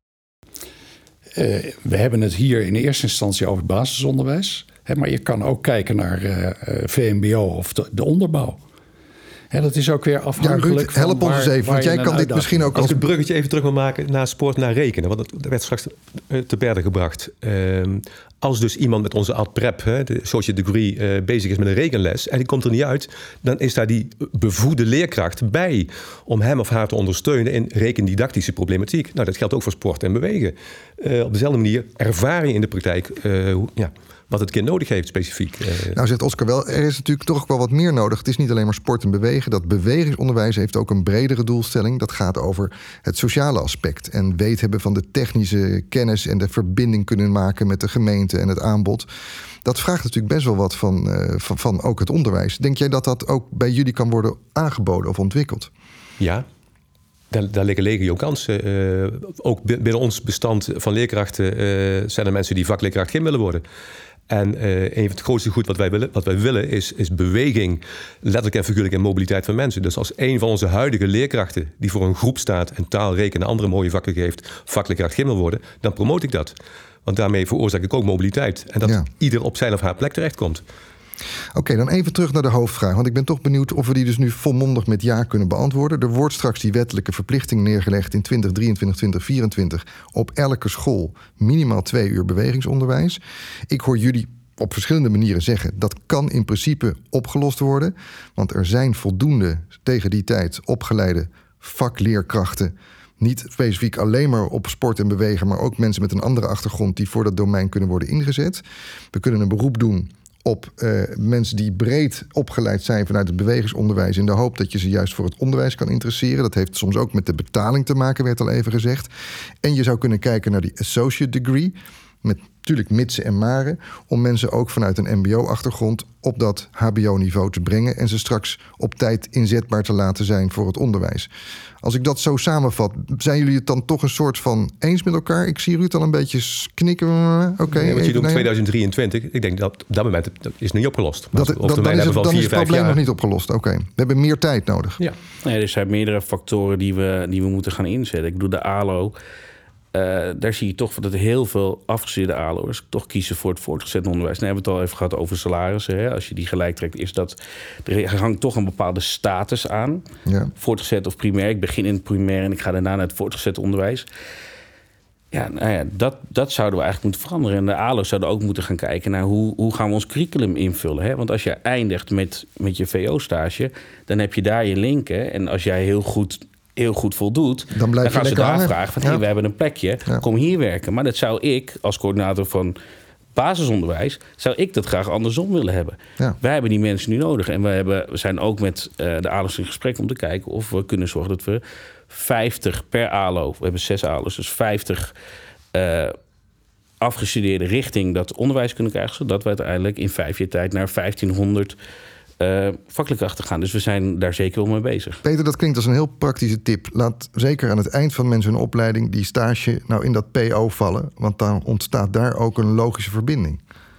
We hebben het hier in eerste instantie over het basisonderwijs. Maar je kan ook kijken naar VMBO of de onderbouw. Dat is ook weer afhankelijk Ruud, help ons eens even, want jij kan dit misschien ook... Als ik het bruggetje even terug wil maken naar sport, naar rekenen. Want dat werd straks te berde gebracht. Als dus iemand met onze AdPrep, de associate degree, bezig is met een rekenles... en die komt er niet uit, dan is daar die bevoegde leerkracht bij... om hem of haar te ondersteunen in rekendidactische problematiek. Nou, dat geldt ook voor sport en bewegen. Op dezelfde manier ervaring in de praktijk... wat het kind nodig heeft specifiek. Nou zegt Oscar wel, er is natuurlijk toch wel wat meer nodig. Het is niet alleen maar sport en bewegen. Dat bewegingsonderwijs heeft ook een bredere doelstelling. Dat gaat over het sociale aspect. En weet hebben van de technische kennis... en de verbinding kunnen maken met de gemeente en het aanbod. Dat vraagt natuurlijk best wel wat van ook het onderwijs. Denk jij dat dat ook bij jullie kan worden aangeboden of ontwikkeld? Ja. daar liggen legio kansen. Ook binnen ons bestand van leerkrachten zijn er mensen die vakleerkracht gym willen worden. En een van het grootste goed wat wij willen is beweging, letterlijk en figuurlijk, en mobiliteit van mensen. Dus als een van onze huidige leerkrachten die voor een groep staat en taal, rekenen en andere mooie vakken geeft, vakleerkracht gym wil worden, dan promote ik dat. Want daarmee veroorzaak ik ook mobiliteit. En dat ieder op zijn of haar plek terechtkomt. Oké, dan even terug naar de hoofdvraag. Want ik ben toch benieuwd of we die dus nu volmondig met ja kunnen beantwoorden. Er wordt straks die wettelijke verplichting neergelegd in 2023, 2024... op elke school minimaal 2 uur bewegingsonderwijs. Ik hoor jullie op verschillende manieren zeggen, dat kan in principe opgelost worden. Want er zijn voldoende tegen die tijd opgeleide vakleerkrachten, niet specifiek alleen maar op sport en bewegen, maar ook mensen met een andere achtergrond die voor dat domein kunnen worden ingezet. We kunnen een beroep doen op mensen die breed opgeleid zijn vanuit het bewegingsonderwijs, in de hoop dat je ze juist voor het onderwijs kan interesseren. Dat heeft soms ook met de betaling te maken, werd al even gezegd. En je zou kunnen kijken naar die associate degree, met natuurlijk mitsen en maren, om mensen ook vanuit een mbo-achtergrond op dat hbo-niveau te brengen en ze straks op tijd inzetbaar te laten zijn voor het onderwijs. Als ik dat zo samenvat, zijn jullie het dan toch een soort van eens met elkaar? Ik zie Ruud al een beetje knikken. Okay, wat je doet in 2023, ik denk dat op dat moment is niet opgelost. Dan is het probleem nog niet opgelost. Oké. We hebben meer tijd nodig. Ja. Nee, er zijn meerdere factoren die we moeten gaan inzetten. Ik bedoel, de ALO. Daar zie je toch dat er heel veel afgestudeerde ALO'ers toch kiezen voor het voortgezet onderwijs. Nou, we hebben het al even gehad over salarissen. Hè. Als je die gelijk trekt, is dat er hangt toch een bepaalde status aan. Ja. Voortgezet of primair. Ik begin in het primair en ik ga daarna naar het voortgezet onderwijs. Ja, nou ja, dat zouden we eigenlijk moeten veranderen. En de ALO's zouden ook moeten gaan kijken naar hoe gaan we ons curriculum invullen. Hè? Want als je eindigt met je VO-stage, dan heb je daar je linken. En als jij heel goed voldoet, dan gaan ze daar vragen van, hey, we hebben een plekje, kom hier werken. Maar dat zou ik, als coördinator van basisonderwijs, zou ik dat graag andersom willen hebben. Ja. Wij hebben die mensen nu nodig. En we zijn ook met de ALO's in gesprek om te kijken of we kunnen zorgen dat we 50 per ALO, we hebben 6 ALO's, dus 50 afgestudeerde richting dat onderwijs kunnen krijgen, zodat we uiteindelijk in 5 jaar tijd naar 1500 vakleerkrachten gaan. Dus we zijn daar zeker wel mee bezig. Peter, dat klinkt als een heel praktische tip. Laat zeker aan het eind van mensen hun opleiding die stage nou in dat PO vallen, want dan ontstaat daar ook een logische verbinding.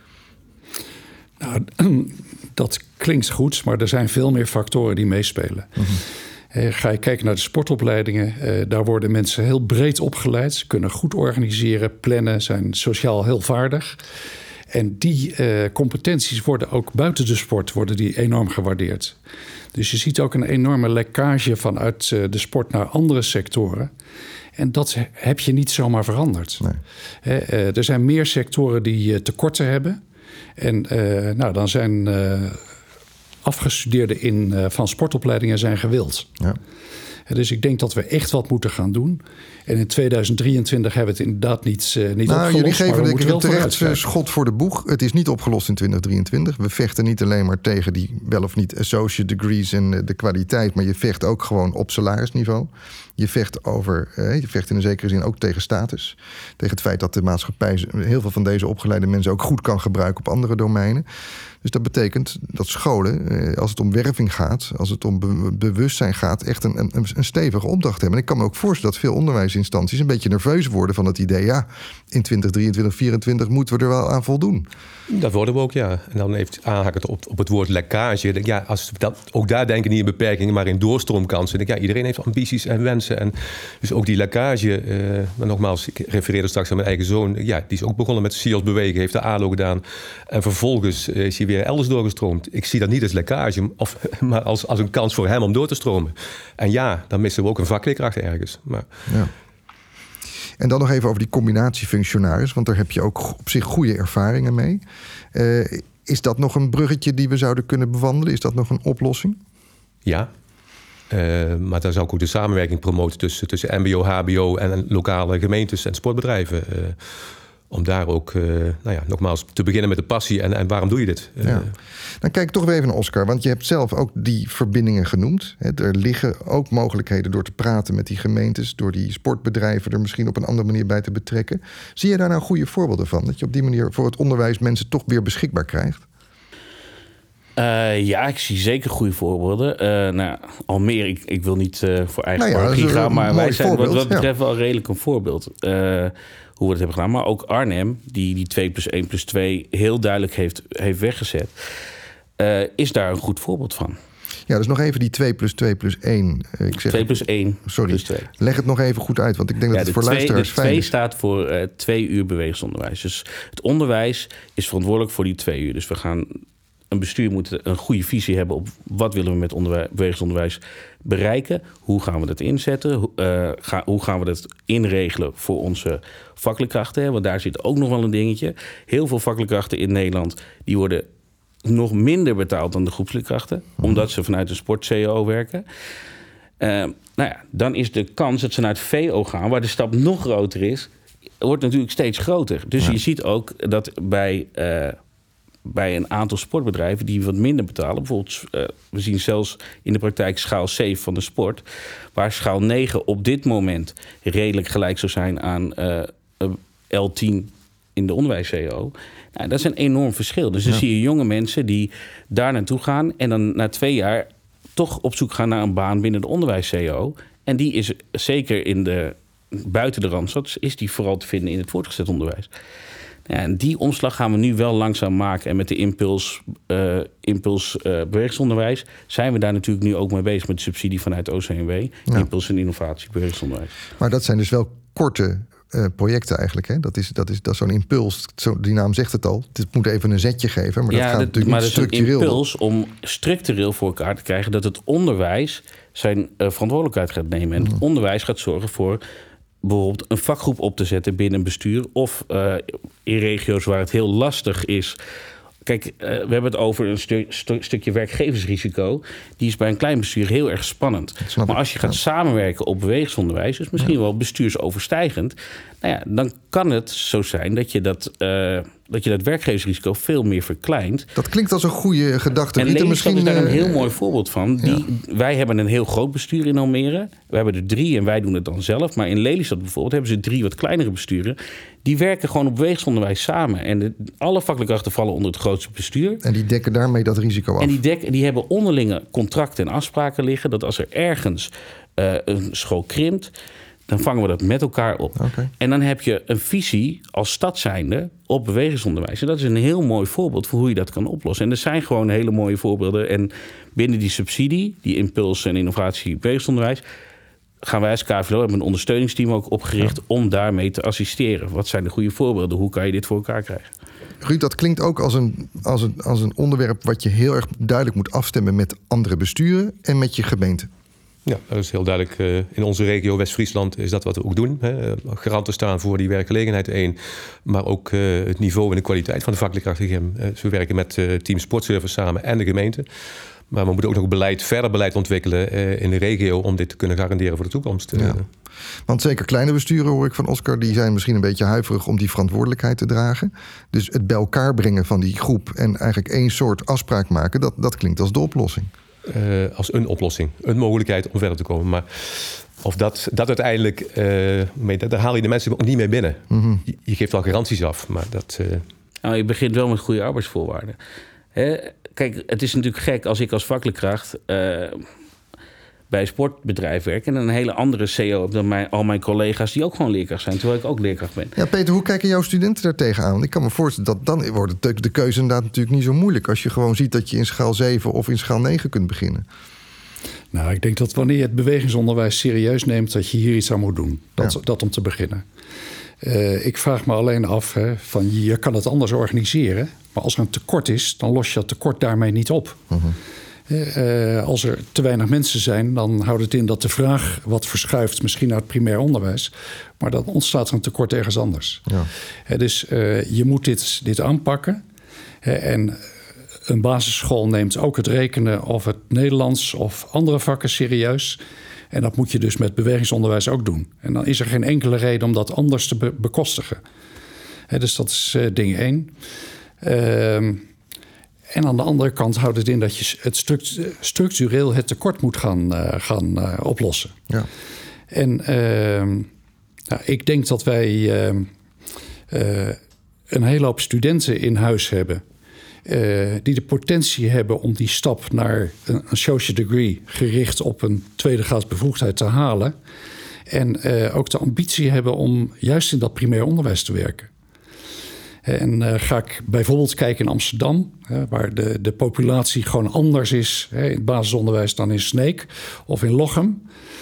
Nou, dat klinkt goed, maar er zijn veel meer factoren die meespelen. Mm-hmm. Ga je kijken naar de sportopleidingen, daar worden mensen heel breed opgeleid. Ze kunnen goed organiseren, plannen, zijn sociaal heel vaardig. En die competenties worden ook buiten de sport enorm gewaardeerd. Dus je ziet ook een enorme lekkage vanuit de sport naar andere sectoren. En dat heb je niet zomaar veranderd. Nee. Er zijn meer sectoren die tekorten hebben. En dan zijn afgestudeerden van sportopleidingen zijn gewild. Ja. Dus ik denk dat we echt wat moeten gaan doen. En in 2023 hebben we het inderdaad niet opgelost. Jullie geven een terecht schot voor de boeg. Het is niet opgelost in 2023. We vechten niet alleen maar tegen die wel of niet associate degrees en de kwaliteit, maar je vecht ook gewoon op salarisniveau. Je vecht in een zekere zin ook tegen status. Tegen het feit dat de maatschappij heel veel van deze opgeleide mensen ook goed kan gebruiken op andere domeinen. Dus dat betekent dat scholen, als het om werving gaat, als het om bewustzijn gaat, echt een stevige opdracht hebben. En ik kan me ook voorstellen dat veel onderwijsinstanties een beetje nerveus worden van het idee, ja, in 2023, 2024 moeten we er wel aan voldoen. Dat worden we ook, ja. En dan heeft aanhakend op het woord lekkage. Ja, als we ook daar denken niet in beperkingen, maar in doorstroomkansen. Ja, iedereen heeft ambities en wensen. En dus ook die lekkage. Maar nogmaals, ik refereerde straks aan mijn eigen zoon. Ja, die is ook begonnen met SIOS bewegen, heeft de ALO gedaan. En vervolgens is hij weer elders doorgestroomd. Ik zie dat niet als lekkage, maar als een kans voor hem om door te stromen. En ja, dan missen we ook een vakleerkracht ergens. Maar... Ja. En dan nog even over die combinatiefunctionaris, want daar heb je ook op zich goede ervaringen mee. Is dat nog een bruggetje die we zouden kunnen bewandelen? Is dat nog een oplossing? Ja, maar daar zou ik ook de samenwerking promoten tussen mbo, hbo en lokale gemeentes en sportbedrijven. Om daar ook, nogmaals, te beginnen met de passie. En waarom doe je dit? Ja. Dan kijk ik toch weer even naar Oscar. Want je hebt zelf ook die verbindingen genoemd. Er liggen ook mogelijkheden door te praten met die gemeentes, door die sportbedrijven er misschien op een andere manier bij te betrekken. Zie je daar nou goede voorbeelden van? Dat je op die manier voor het onderwijs mensen toch weer beschikbaar krijgt? Ja, ik zie zeker goede voorbeelden. Almere, ik wil niet voor eigen parochie gaan, maar wij zijn wat dat betreft wel redelijk een voorbeeld. Hoe we het hebben gedaan. Maar ook Arnhem, die 2+1+2 heel duidelijk heeft weggezet, is daar een goed voorbeeld van. Ja, dus nog even die 2+2+1. 2+1. Sorry, leg het nog even goed uit, want ik denk dat het voor luisteraars fijn is. De 2 staat voor 2 uur bewegingsonderwijs. Dus het onderwijs is verantwoordelijk voor die 2 uur. Dus een bestuur moet een goede visie hebben op wat willen we met bewegingsonderwijs bereiken. Hoe gaan we dat inzetten? Hoe gaan we dat inregelen voor onze vakleerkrachten? Want daar zit ook nog wel een dingetje. Heel veel vakleerkrachten in Nederland die worden nog minder betaald dan de groepsleerkrachten, omdat ze vanuit een sport-CO werken. Dan is de kans dat ze naar het VO gaan, waar de stap nog groter is, wordt natuurlijk steeds groter. Dus je ziet ook dat bij een aantal sportbedrijven die wat minder betalen, bijvoorbeeld, we zien zelfs in de praktijk schaal 7 van de sport, waar schaal 9 op dit moment redelijk gelijk zou zijn aan L10 in de onderwijs-CO. Dat is een enorm verschil. Dus dan zie je jonge mensen die daar naartoe gaan en dan na 2 jaar toch op zoek gaan naar een baan binnen de onderwijs-CO. En die is zeker buiten de Randstad, is die vooral te vinden in het voortgezet onderwijs. Ja, en die omslag gaan we nu wel langzaam maken. En met de impuls bewegingsonderwijs zijn we daar natuurlijk nu ook mee bezig met de subsidie vanuit OCMW. Impuls en innovatie bewegingsonderwijs. Maar dat zijn dus wel korte projecten eigenlijk. Hè? Dat is zo'n impuls. Die naam zegt het al. Het moet even een zetje geven. Maar dat gaat natuurlijk niet structureel. Maar het is een impuls om structureel voor elkaar te krijgen dat het onderwijs zijn verantwoordelijkheid gaat nemen. En het onderwijs gaat zorgen voor bijvoorbeeld een vakgroep op te zetten binnen een bestuur, of in regio's waar het heel lastig is. Kijk, we hebben het over een stukje werkgeversrisico. Die is bij een klein bestuur heel erg spannend. Maar als je gaat samenwerken op bewegingsonderwijs, dus misschien wel bestuursoverstijgend, dan kan het zo zijn dat je dat werkgeversrisico veel meer verkleint. Dat klinkt als een goede gedachte. En Lelystad is daar een heel mooi voorbeeld van. Wij hebben een heel groot bestuur in Almere. We hebben er 3 en wij doen het dan zelf. Maar in Lelystad bijvoorbeeld hebben ze 3 wat kleinere besturen. Die werken gewoon op bewegingsonderwijs samen. En alle vakleerkrachten vallen onder het grootste bestuur. En die dekken daarmee dat risico af. En die hebben onderlinge contracten en afspraken liggen, dat als er ergens een school krimpt, dan vangen we dat met elkaar op. Okay. En dan heb je een visie als stad zijnde op bewegingsonderwijs. En dat is een heel mooi voorbeeld voor hoe je dat kan oplossen. En er zijn gewoon hele mooie voorbeelden. En binnen die subsidie, die impuls en innovatie bewegingsonderwijs, gaan wij als KVLO hebben een ondersteuningsteam ook opgericht om daarmee te assisteren. Wat zijn de goede voorbeelden? Hoe kan je dit voor elkaar krijgen? Ruud, dat klinkt ook als een onderwerp wat je heel erg duidelijk moet afstemmen met andere besturen en met je gemeente. Ja, dat is heel duidelijk. In onze regio West-Friesland is dat wat we ook doen. Garanten staan voor die werkgelegenheid maar ook het niveau en de kwaliteit van de vakleerkrachten. We werken met Team Sportservice samen en de gemeente. Maar we moeten ook nog verder beleid ontwikkelen in de regio om dit te kunnen garanderen voor de toekomst. Ja. Want zeker kleine besturen, hoor ik van Oscar, die zijn misschien een beetje huiverig om die verantwoordelijkheid te dragen. Dus het bij elkaar brengen van die groep en eigenlijk één soort afspraak maken, dat klinkt als de oplossing. Als een oplossing, een mogelijkheid om verder te komen. Maar of dat uiteindelijk, daar haal je de mensen ook niet mee binnen. Mm-hmm. Je geeft wel garanties af, maar dat... je begint wel met goede arbeidsvoorwaarden. Kijk, het is natuurlijk gek als ik als vakleerkracht bij een sportbedrijf werk en een hele andere CEO heb dan al mijn collega's die ook gewoon leerkracht zijn, terwijl ik ook leerkracht ben. Ja, Peter, hoe kijken jouw studenten daar tegenaan? Ik kan me voorstellen dat dan wordt de keuze inderdaad natuurlijk niet zo moeilijk als je gewoon ziet dat je in schaal 7 of in schaal 9 kunt beginnen. Nou, ik denk dat wanneer je het bewegingsonderwijs serieus neemt, dat je hier iets aan moet doen. Dat om te beginnen. Ik vraag me alleen af, van je kan het anders organiseren, maar als er een tekort is, dan los je dat tekort daarmee niet op. Uh-huh. Als er te weinig mensen zijn, dan houdt het in dat de vraag wat verschuift, misschien naar het primair onderwijs, maar dan ontstaat er een tekort ergens anders. Ja. Dus je moet dit aanpakken. En een basisschool neemt ook het rekenen of het Nederlands of andere vakken serieus. En dat moet je dus met bewegingsonderwijs ook doen. En dan is er geen enkele reden om dat anders te bekostigen. Dus dat is ding 1. En aan de andere kant houdt het in dat je het structureel het tekort moet gaan oplossen. Ja. En ik denk dat wij een hele hoop studenten in huis hebben die de potentie hebben om die stap naar een associate degree gericht op een tweede graads bevoegdheid te halen. En ook de ambitie hebben om juist in dat primair onderwijs te werken. En ga ik bijvoorbeeld kijken in Amsterdam, waar de populatie gewoon anders is in het basisonderwijs dan in Sneek of in Lochem.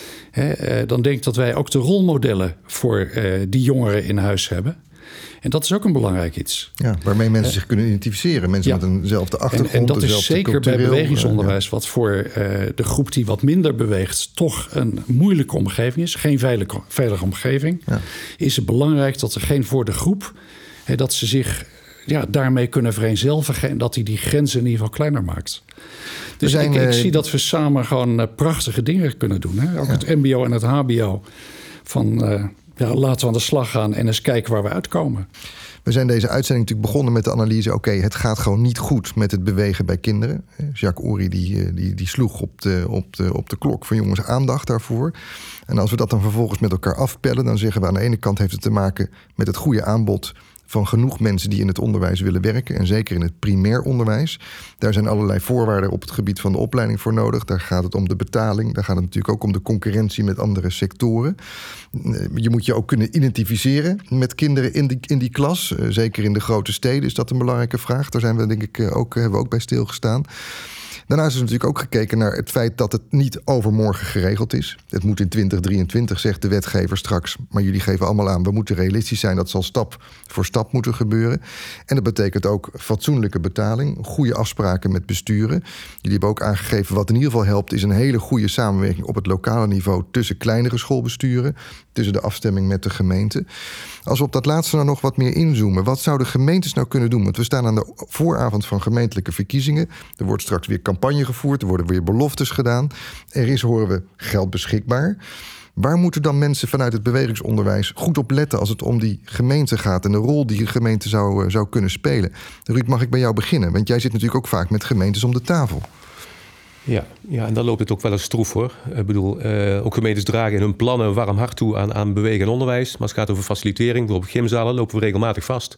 Dan denk ik dat wij ook de rolmodellen voor die jongeren in huis hebben. En dat is ook een belangrijk iets. Ja, waarmee mensen zich kunnen identificeren. Mensen met eenzelfde achtergrond. En dat is zeker bij bewegingsonderwijs, wat voor de groep die wat minder beweegt toch een moeilijke omgeving is. Geen veilige omgeving. Ja. Is het belangrijk dat degene voor de groep, dat ze zich daarmee kunnen vereenzelvigen en dat die grenzen in ieder geval kleiner maakt. Dus ik zie dat we samen gewoon prachtige dingen kunnen doen. Hè? Ook het mbo en het hbo. Van laten we aan de slag gaan en eens kijken waar we uitkomen. We zijn deze uitzending natuurlijk begonnen met de analyse. Oké, het gaat gewoon niet goed met het bewegen bij kinderen. Jacques Ory die sloeg op de klok van jongens aandacht daarvoor. En als we dat dan vervolgens met elkaar afpellen, dan zeggen we aan de ene kant heeft het te maken met het goede aanbod van genoeg mensen die in het onderwijs willen werken. En zeker in het primair onderwijs. Daar zijn allerlei voorwaarden op het gebied van de opleiding voor nodig. Daar gaat het om de betaling. Daar gaat het natuurlijk ook om de concurrentie met andere sectoren. Je moet je ook kunnen identificeren met kinderen in die klas. Zeker in de grote steden is dat een belangrijke vraag. Daar zijn we hebben we ook bij stilgestaan. Daarnaast is er natuurlijk ook gekeken naar het feit dat het niet overmorgen geregeld is. Het moet in 2023, zegt de wetgever straks. Maar jullie geven allemaal aan, we moeten realistisch zijn. Dat zal stap voor stap moeten gebeuren. En dat betekent ook fatsoenlijke betaling. Goede afspraken met besturen. Jullie hebben ook aangegeven wat in ieder geval helpt, is een hele goede samenwerking op het lokale niveau tussen kleinere schoolbesturen. Tussen de afstemming met de gemeente. Als we op dat laatste nou nog wat meer inzoomen. Wat zouden gemeentes nou kunnen doen? Want we staan aan de vooravond van gemeentelijke verkiezingen. Er wordt straks weer campagne gevoerd. Er worden weer beloftes gedaan. Er is, horen we, geld beschikbaar. Waar moeten dan mensen vanuit het bewegingsonderwijs goed op letten als het om die gemeente gaat en de rol die een gemeente zou kunnen spelen? Ruud, mag ik bij jou beginnen? Want jij zit natuurlijk ook vaak met gemeentes om de tafel. Ja, en dan loopt het ook wel eens stroef, hoor. Ik bedoel, ook gemeentes dragen in hun plannen een warm hart toe aan bewegen en onderwijs. Maar als het gaat over facilitering, bijvoorbeeld gymzalen, lopen we regelmatig vast.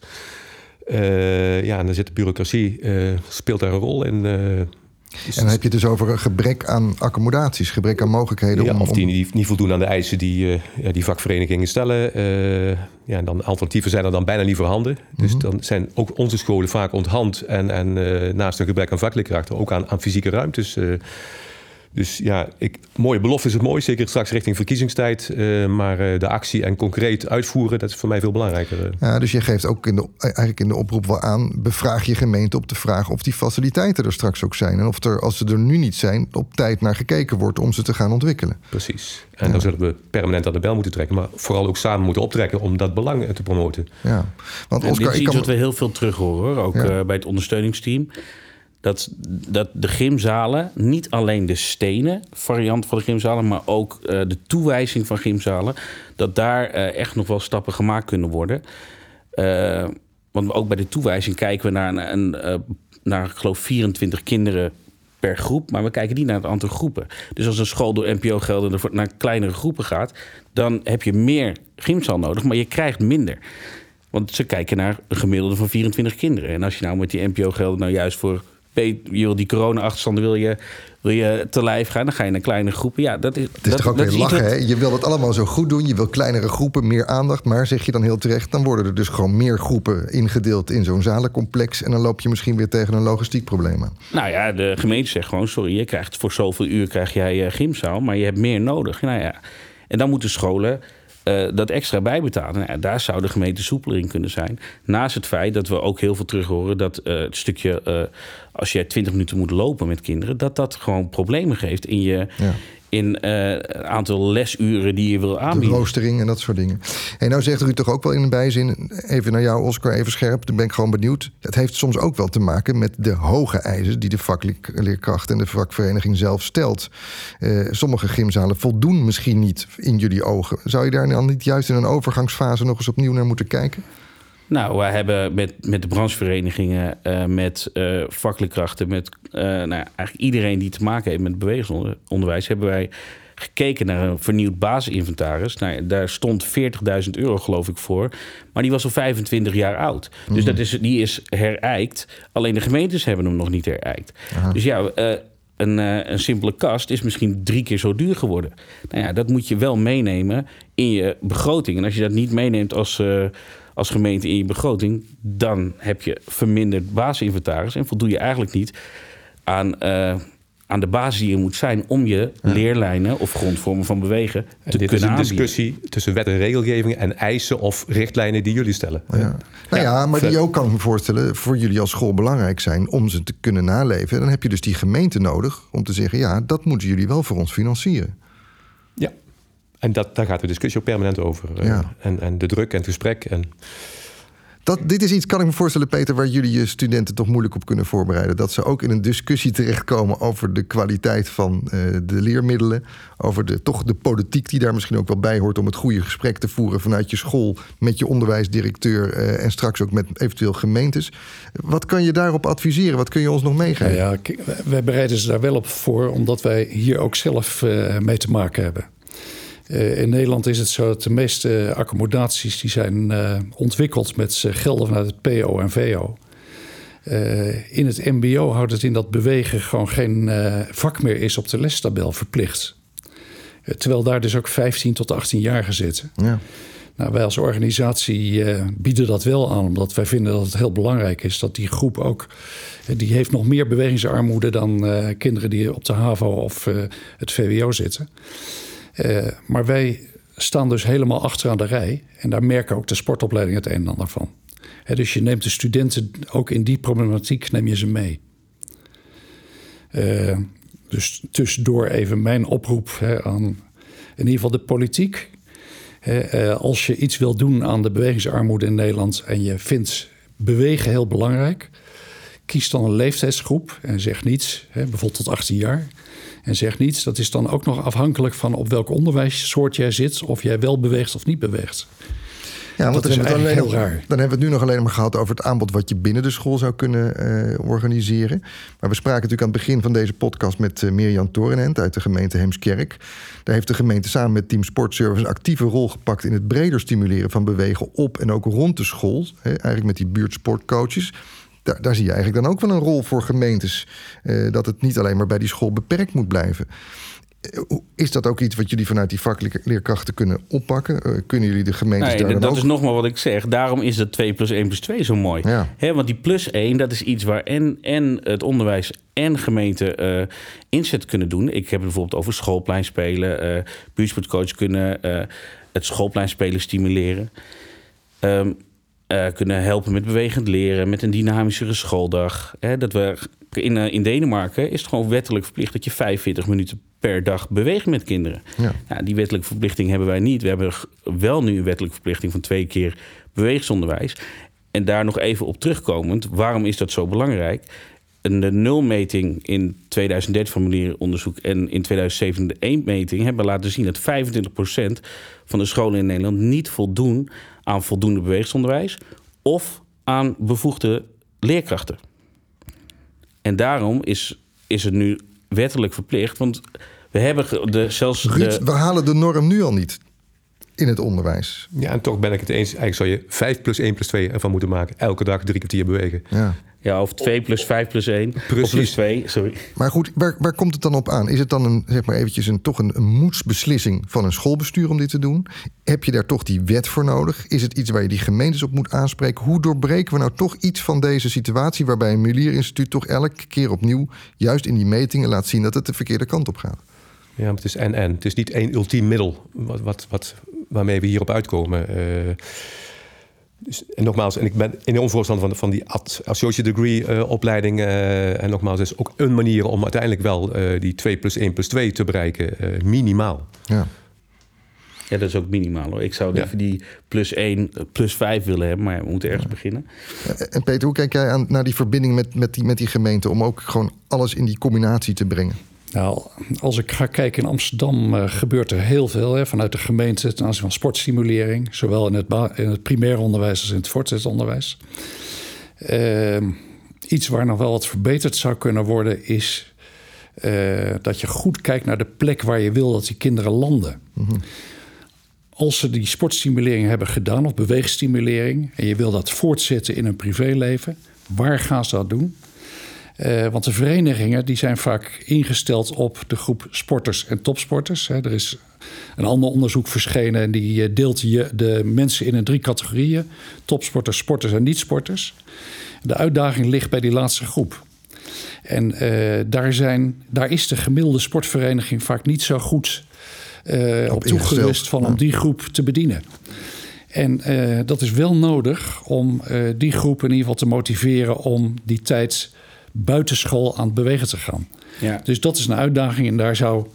En dan zit de bureaucratie, speelt daar een rol in. En dan heb je het dus over een gebrek aan accommodaties, gebrek aan mogelijkheden. Of die niet voldoen aan de eisen die vakverenigingen stellen. En dan alternatieven zijn er dan bijna niet voorhanden. Dus dan zijn ook onze scholen vaak onthand. En naast een gebrek aan vakleerkrachten ook aan fysieke ruimtes. Dus mooie belofte is het mooi, zeker straks richting verkiezingstijd. Maar de actie en concreet uitvoeren, dat is voor mij veel belangrijker. Ja, dus je geeft ook eigenlijk in de oproep wel aan, bevraag je gemeente op de vraag of die faciliteiten er straks ook zijn. En of er, als ze er nu niet zijn, op tijd naar gekeken wordt om ze te gaan ontwikkelen. Precies. En dan zullen we permanent aan de bel moeten trekken. Maar vooral ook samen moeten optrekken om dat belang te promoten. Ja. Want Oscar, dit is iets wat we heel veel terug horen, hoor. Ook bij het ondersteuningsteam. Dat de gymzalen, niet alleen de stenen variant van de gymzalen, maar ook de toewijzing van gymzalen, dat daar echt nog wel stappen gemaakt kunnen worden. Want ook bij de toewijzing kijken we naar ik geloof 24 kinderen per groep, maar we kijken niet naar het aantal groepen. Dus als een school door NPO-gelden naar kleinere groepen gaat, dan heb je meer gymzaal nodig, maar je krijgt minder. Want ze kijken naar een gemiddelde van 24 kinderen. En als je nou met die NPO-gelden nou juist voor je wil die corona-achterstanden wil je te lijf gaan, dan ga je naar kleine groepen. Ja, het is toch ook weer lachen, hè? Je wil het allemaal zo goed doen. Je wil kleinere groepen, meer aandacht. Maar zeg je dan heel terecht, dan worden er dus gewoon meer groepen ingedeeld in zo'n zalencomplex. En dan loop je misschien weer tegen een logistiek probleem aan. Nou ja, de gemeente zegt gewoon, sorry, je krijgt voor zoveel uur krijg jij gymzaal, maar je hebt meer nodig. Nou ja, en dan moeten scholen dat extra bijbetalen. Nou ja, daar zou de gemeente soepeler in kunnen zijn. Naast het feit dat we ook heel veel terug horen dat het stukje, als je 20 minuten moet lopen met kinderen, dat gewoon problemen geeft in je in een aantal lesuren die je wil aanbieden. De roostering en dat soort dingen. En nou zegt u toch ook wel in een bijzin, even naar jou Oscar, even scherp, dan ben ik gewoon benieuwd. Het heeft soms ook wel te maken met de hoge eisen die de vakleerkracht en de vakvereniging zelf stelt. Sommige gymzalen voldoen misschien niet in jullie ogen. Zou je daar dan niet juist in een overgangsfase nog eens opnieuw naar moeten kijken? Nou, wij hebben met de brancheverenigingen, met vakleerkrachten, met eigenlijk iedereen die te maken heeft met bewegingsonderwijs, hebben wij gekeken naar een vernieuwd basisinventaris. Nou, daar stond €40.000 geloof ik voor. Maar die was al 25 jaar oud. Dus die is herijkt. Alleen de gemeentes hebben hem nog niet herijkt. Aha. Dus ja, een simpele kast is misschien 3 keer zo duur geworden. Nou ja, dat moet je wel meenemen in je begroting. En als je dat niet meeneemt als gemeente in je begroting, dan heb je verminderd basisinventaris en voldoe je eigenlijk niet aan de basis die er moet zijn om je leerlijnen of grondvormen van bewegen te kunnen aanbieden. Dit is een discussie tussen wet en regelgeving en eisen of richtlijnen die jullie stellen. Maar die ook, kan ik me voorstellen, voor jullie als school belangrijk zijn om ze te kunnen naleven. Dan heb je dus die gemeente nodig om te zeggen, dat moeten jullie wel voor ons financieren. Ja, en daar gaat de discussie ook permanent over. En de druk en het gesprek. Dit is iets, kan ik me voorstellen, Peter, waar jullie je studenten toch moeilijk op kunnen voorbereiden. Dat ze ook in een discussie terechtkomen over de kwaliteit van de leermiddelen. Over de politiek die daar misschien ook wel bij hoort om het goede gesprek te voeren vanuit je school met je onderwijsdirecteur en straks ook met eventueel gemeentes. Wat kan je daarop adviseren? Wat kun je ons nog meegeven? Wij bereiden ze daar wel op voor, omdat wij hier ook zelf mee te maken hebben. In Nederland is het zo dat de meeste accommodaties die zijn ontwikkeld met gelden vanuit het PO en VO. In het mbo houdt het in dat bewegen gewoon geen vak meer is op de lestabel verplicht. Terwijl daar dus ook 15 tot 18-jarigen zitten. Ja. Nou, wij als organisatie bieden dat wel aan, omdat wij vinden dat het heel belangrijk is dat die groep ook, die heeft nog meer bewegingsarmoede dan kinderen die op de HAVO of het VWO zitten. Maar wij staan dus helemaal achteraan de rij. En daar merken ook de sportopleidingen het een en ander van. Dus je neemt de studenten ook in die problematiek, neem je ze mee. Dus tussendoor even mijn oproep aan in ieder geval de politiek. Als je iets wil doen aan de bewegingsarmoede in Nederland en je vindt bewegen heel belangrijk, kies dan een leeftijdsgroep en zeg niets, bijvoorbeeld tot 18 jaar. En zeg niets, dat is dan ook nog afhankelijk van op welk onderwijssoort jij zit, of jij wel beweegt of niet beweegt. Ja, want dat is eigenlijk heel raar. Dan hebben we het nu nog alleen maar gehad over het aanbod wat je binnen de school zou kunnen organiseren. Maar we spraken natuurlijk aan het begin van deze podcast met Mirjam Torenent uit de gemeente Heemskerk. Daar heeft de gemeente samen met Team Sportservice een actieve rol gepakt in het breder stimuleren van bewegen op en ook rond de school. Eigenlijk met die buurtsportcoaches. Daar zie je eigenlijk dan ook wel een rol voor gemeentes. Dat het niet alleen maar bij die school beperkt moet blijven. Is dat ook iets wat jullie vanuit die vakleerkrachten kunnen oppakken? Kunnen jullie de gemeentes daar dan dat ook? is nogmaals wat ik zeg. Daarom is dat 2+1+2 zo mooi. Ja. Want die +1, dat is iets waar en het onderwijs en gemeente inzet kunnen doen. Ik heb het bijvoorbeeld over schoolpleinspelen. Buurtsportcoach kunnen het schoolpleinspelen stimuleren. Kunnen helpen met bewegend leren, met een dynamischere schooldag. Dat we in Denemarken is het gewoon wettelijk verplicht dat je 45 minuten per dag beweegt met kinderen. Ja, die wettelijke verplichting hebben wij niet. We hebben wel nu een wettelijke verplichting van 2 keer bewegingsonderwijs. En daar nog even op terugkomend, waarom is dat zo belangrijk? De nulmeting in 2013 van formulieronderzoek en in 2007 de 1-meting hebben laten zien dat 25% van de scholen in Nederland niet voldoen aan voldoende bewegingsonderwijs of aan bevoegde leerkrachten. En daarom is het nu wettelijk verplicht, want we hebben we halen de norm nu al niet in het onderwijs. Ja, en toch ben ik het eens. Eigenlijk zou je 5+1+2 ervan moeten maken. Elke dag 3 kwartier bewegen. Ja, of 2+5+1. Precies. Of +2, sorry. Maar goed, waar komt het dan op aan? Is het dan toch een moedsbeslissing van een schoolbestuur om dit te doen? Heb je daar toch die wet voor nodig? Is het iets waar je die gemeentes op moet aanspreken? Hoe doorbreken we nou toch iets van deze situatie waarbij een Mulier Instituut toch elke keer opnieuw juist in die metingen laat zien dat het de verkeerde kant op gaat? Ja, maar het is en. Het is niet één ultiem middel waarmee we hierop uitkomen. En nogmaals, ik ben enorm voorstander van die associate degree opleiding. En nogmaals, het is ook een manier om uiteindelijk wel die 2+1+2 te bereiken. Minimaal. Ja, dat is ook minimaal hoor. Ik zou even die +1, +5 willen hebben, maar we moeten ergens beginnen. En Peter, hoe kijk jij naar die verbinding met die gemeente om ook gewoon alles in die combinatie te brengen? Nou, als ik ga kijken in Amsterdam gebeurt er heel veel vanuit de gemeente ten aanzien van sportstimulering. Zowel in het primair onderwijs als in het voortgezet onderwijs. Iets waar nog wel wat verbeterd zou kunnen worden is dat je goed kijkt naar de plek waar je wil dat die kinderen landen. Mm-hmm. Als ze die sportstimulering hebben gedaan of beweegstimulering en je wil dat voortzetten in hun privéleven, waar gaan ze dat doen? Want de verenigingen die zijn vaak ingesteld op de groep sporters en topsporters. Er is een ander onderzoek verschenen en die deelt de mensen in 3 categorieën. Topsporters, sporters en niet-sporters. De uitdaging ligt bij die laatste groep. En daar is de gemiddelde sportvereniging vaak niet zo goed op toegerust om die groep te bedienen. En dat is wel nodig om die groep in ieder geval te motiveren om die tijd buitenschool aan het bewegen te gaan. Ja. Dus dat is een uitdaging en daar zou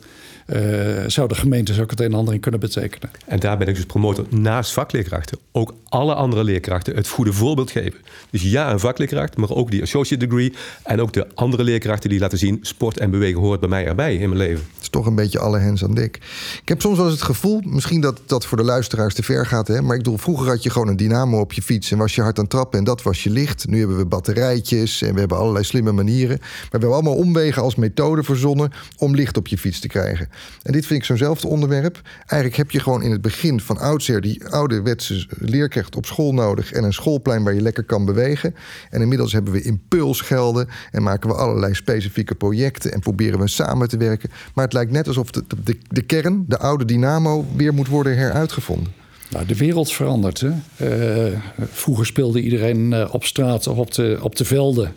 de gemeente ook het een en ander in kunnen betekenen. En daar ben ik dus promotor naast vakleerkrachten. Ook alle andere leerkrachten het goede voorbeeld geven. Dus ja, een vakleerkracht, maar ook die associate degree. En ook de andere leerkrachten die laten zien, sport en bewegen hoort bij mij erbij in mijn leven. Het is toch een beetje alle hens aan dek. Ik heb soms wel eens het gevoel, misschien dat dat voor de luisteraars te ver gaat. Hè? Maar ik bedoel, vroeger had je gewoon een dynamo op je fiets en was je hard aan het trappen en dat was je licht. Nu hebben we batterijtjes en we hebben allerlei slimme manieren. Maar we hebben allemaal omwegen als methode verzonnen om licht op je fiets te krijgen. En dit vind ik zo'nzelfde onderwerp. Eigenlijk heb je gewoon in het begin van oudsher die ouderwetse leerkracht op school nodig en een schoolplein waar je lekker kan bewegen. En inmiddels hebben we impulsgelden en maken we allerlei specifieke projecten en proberen we samen te werken. Maar het lijkt net alsof de kern, de oude dynamo, weer moet worden heruitgevonden. Nou, de wereld verandert. Hè? Vroeger speelde iedereen op straat of op de velden.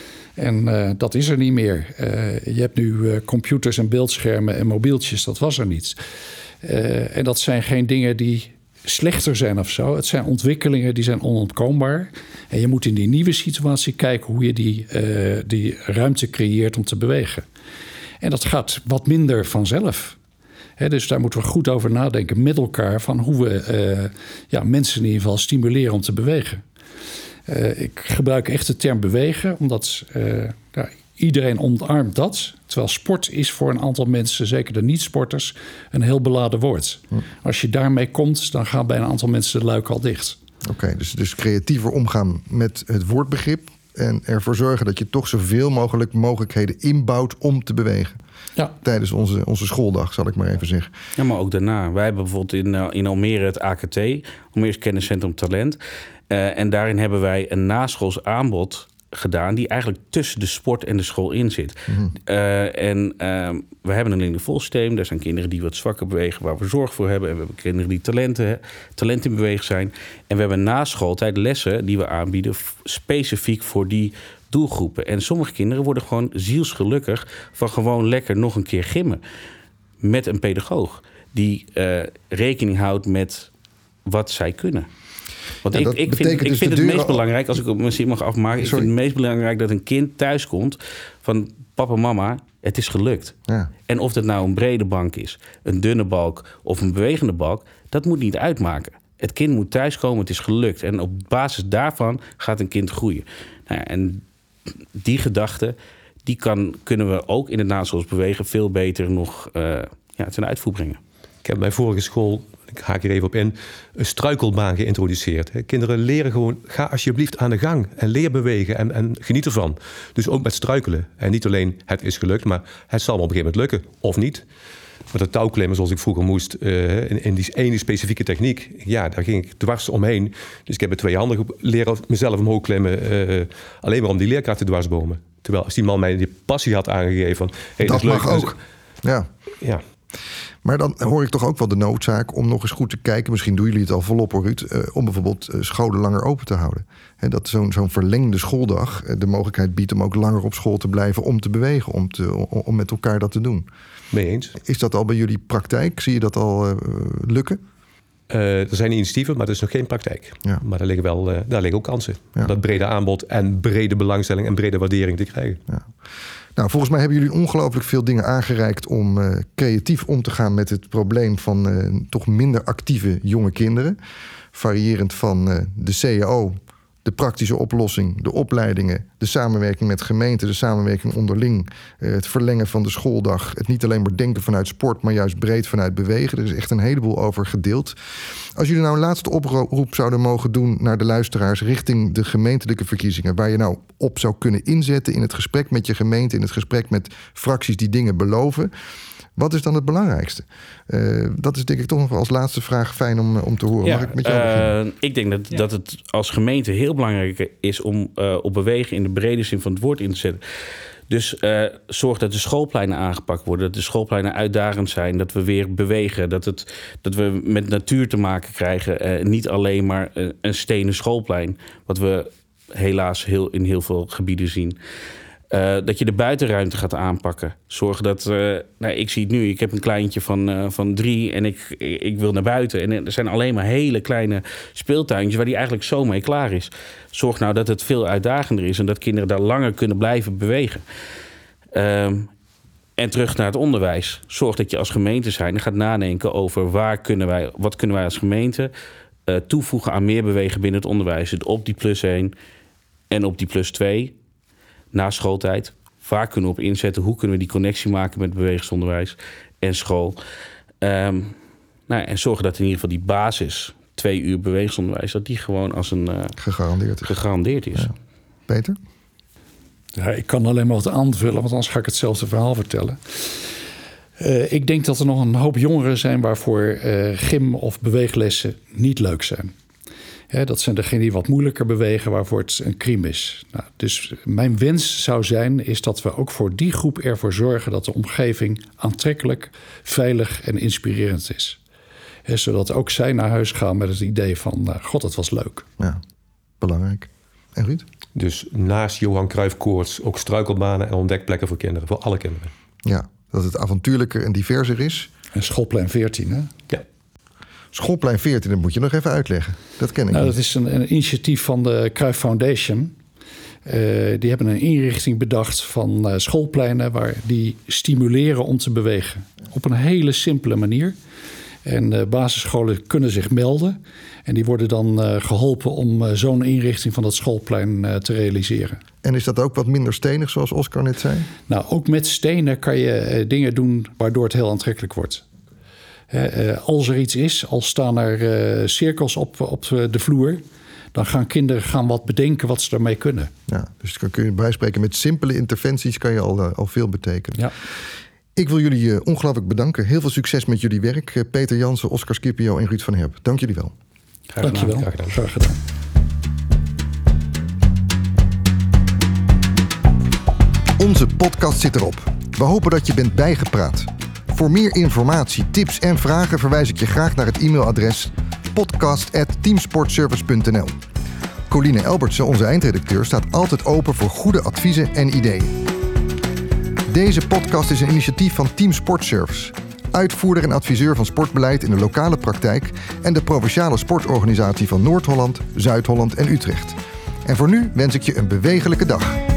En dat is er niet meer. Je hebt nu computers en beeldschermen en mobieltjes. Dat was er niet. En dat zijn geen dingen die slechter zijn of zo. Het zijn ontwikkelingen die zijn onontkoombaar. En je moet in die nieuwe situatie kijken hoe je die ruimte creëert om te bewegen. En dat gaat wat minder vanzelf. Dus daar moeten we goed over nadenken met elkaar van hoe we mensen in ieder geval stimuleren om te bewegen. Ik gebruik echt de term bewegen, omdat iedereen omarmt dat. Terwijl sport is voor een aantal mensen, zeker de niet-sporters, een heel beladen woord. Als je daarmee komt, dan gaan bij een aantal mensen de luiken al dicht. Oké, dus creatiever omgaan met het woordbegrip en ervoor zorgen dat je toch zoveel mogelijk mogelijkheden inbouwt om te bewegen. Ja. Tijdens onze schooldag, zal ik maar even zeggen. Ja, maar ook daarna. Wij hebben bijvoorbeeld in Almere het AKT, Almere Kenniscentrum Talent. En daarin hebben wij een naschools aanbod gedaan die eigenlijk tussen de sport en de school in zit. Mm-hmm. We hebben een linkervolsysteem. Daar zijn kinderen die wat zwakker bewegen, waar we zorg voor hebben. En we hebben kinderen die talent in bewegen zijn. En we hebben na schooltijd lessen die we aanbieden specifiek voor die doelgroepen. En sommige kinderen worden gewoon zielsgelukkig van gewoon lekker nog een keer gymmen. Met een pedagoog die rekening houdt met wat zij kunnen. Want ik vind het meest belangrijk, als ik het misschien mag afmaken, ik vind het meest belangrijk dat een kind thuiskomt van papa, mama, het is gelukt. Ja. En of dat nou een brede bank is, een dunne balk of een bewegende balk, dat moet niet uitmaken. Het kind moet thuiskomen, het is gelukt. En op basis daarvan gaat een kind groeien. Nou ja, en die gedachte, kunnen we ook in het naschools bewegen veel beter nog ten uitvoer brengen. Ik heb bij vorige school, ik haak hier even op in, een struikelbaan geïntroduceerd. Kinderen leren gewoon, ga alsjeblieft aan de gang en leer bewegen en geniet ervan. Dus ook met struikelen. En niet alleen het is gelukt, maar het zal me op een gegeven moment lukken of niet. Met het touwklimmen zoals ik vroeger moest, in die ene specifieke techniek, ja, daar ging ik dwars omheen. Dus ik heb met 2 handen leren mezelf omhoog klimmen, alleen maar om die leerkracht te dwarsbomen. Terwijl als die man mij die passie had aangegeven van, hey, dat is leuk, mag ook. Ja. Maar dan hoor ik toch ook wel de noodzaak om nog eens goed te kijken, misschien doen jullie het al volop hoor Ruud, om bijvoorbeeld scholen langer open te houden. Dat zo'n verlengde schooldag de mogelijkheid biedt om ook langer op school te blijven, om te bewegen, om met elkaar dat te doen. Mee eens. Is dat al bij jullie praktijk? Zie je dat al lukken? Er zijn initiatieven, maar er is nog geen praktijk. Ja. Maar daar liggen ook kansen. Ja. Om dat brede aanbod en brede belangstelling en brede waardering te krijgen. Ja. Nou, volgens mij hebben jullie ongelooflijk veel dingen aangereikt om creatief om te gaan met het probleem van toch minder actieve jonge kinderen. Variërend van de CAO, de praktische oplossing, de opleidingen, de de samenwerking met gemeenten, de samenwerking onderling, het verlengen van de schooldag, het niet alleen maar denken vanuit sport, maar juist breed vanuit bewegen. Er is echt een heleboel over gedeeld. Als jullie nou een laatste oproep zouden mogen doen naar de luisteraars richting de gemeentelijke verkiezingen, waar je nou op zou kunnen inzetten in het gesprek met je gemeente, in het gesprek met fracties die dingen beloven, wat is dan het belangrijkste? Dat is denk ik toch nog als laatste vraag fijn om te horen. Mag ik met jou beginnen? Ik denk dat het als gemeente heel belangrijk is om op bewegen in de brede zin van het woord in te zetten. Dus zorg dat de schoolpleinen aangepakt worden, dat de schoolpleinen uitdagend zijn, dat we weer bewegen, dat we met natuur te maken krijgen. Niet alleen maar een stenen schoolplein, wat we helaas in heel veel gebieden zien. Dat je de buitenruimte gaat aanpakken. Zorg dat, ik zie het nu, ik heb een kleintje van 3 en ik wil naar buiten. En er zijn alleen maar hele kleine speeltuintjes waar die eigenlijk zo mee klaar is. Zorg nou dat het veel uitdagender is en dat kinderen daar langer kunnen blijven bewegen. En terug naar het onderwijs. Zorg dat je als gemeente zijn en gaat nadenken over wat kunnen wij als gemeente toevoegen aan meer bewegen binnen het onderwijs. Het op die +1 en op die +2. Na schooltijd. Waar kunnen we op inzetten? Hoe kunnen we die connectie maken met bewegingsonderwijs en school? En zorgen dat in ieder geval die basis, 2 uur bewegingsonderwijs, dat die gewoon als een gegarandeerd is. Ja. Peter? Ja, ik kan alleen maar wat aanvullen, want anders ga ik hetzelfde verhaal vertellen. Ik denk dat er nog een hoop jongeren zijn waarvoor gym of beweeglessen niet leuk zijn. Dat zijn degenen die wat moeilijker bewegen, waarvoor het een crime is. Nou, dus mijn wens zou zijn, is dat we ook voor die groep ervoor zorgen dat de omgeving aantrekkelijk, veilig en inspirerend is. Zodat ook zij naar huis gaan met het idee van, god, het was leuk. Ja, belangrijk. En Ruud? Dus naast Johan Cruijff Courts ook struikelbanen en ontdekplekken voor kinderen, voor alle kinderen. Ja, dat het avontuurlijker en diverser is. En schoolplein 14, hè? Ja. Schoolplein 14, dat moet je nog even uitleggen. Dat ken ik niet. Dat is een initiatief van de Cruijff Foundation. Die hebben een inrichting bedacht van schoolpleinen waar die stimuleren om te bewegen. Op een hele simpele manier. En basisscholen kunnen zich melden. En die worden dan geholpen om zo'n inrichting van dat schoolplein te realiseren. En is dat ook wat minder stenig, zoals Oscar net zei? Nou, ook met stenen kan je dingen doen waardoor het heel aantrekkelijk wordt. Als er iets is, als staan er cirkels op de vloer, dan gaan kinderen wat bedenken wat ze daarmee kunnen. Ja, dus dan kun je bijspreken met simpele interventies kan je al veel betekenen. Ja. Ik wil jullie ongelooflijk bedanken. Heel veel succes met jullie werk. Peter Jansen, Oscar Scipio en Ruud van Herp. Dank jullie wel. Dank je wel. Graag gedaan. Onze podcast zit erop. We hopen dat je bent bijgepraat. Voor meer informatie, tips en vragen verwijs ik je graag naar het e-mailadres podcast@teamsportservice.nl. Coline Elbertsen, onze eindredacteur, staat altijd open voor goede adviezen en ideeën. Deze podcast is een initiatief van Team Sportservice, uitvoerder en adviseur van sportbeleid in de lokale praktijk en de provinciale sportorganisatie van Noord-Holland, Zuid-Holland en Utrecht. En voor nu wens ik je een bewegelijke dag.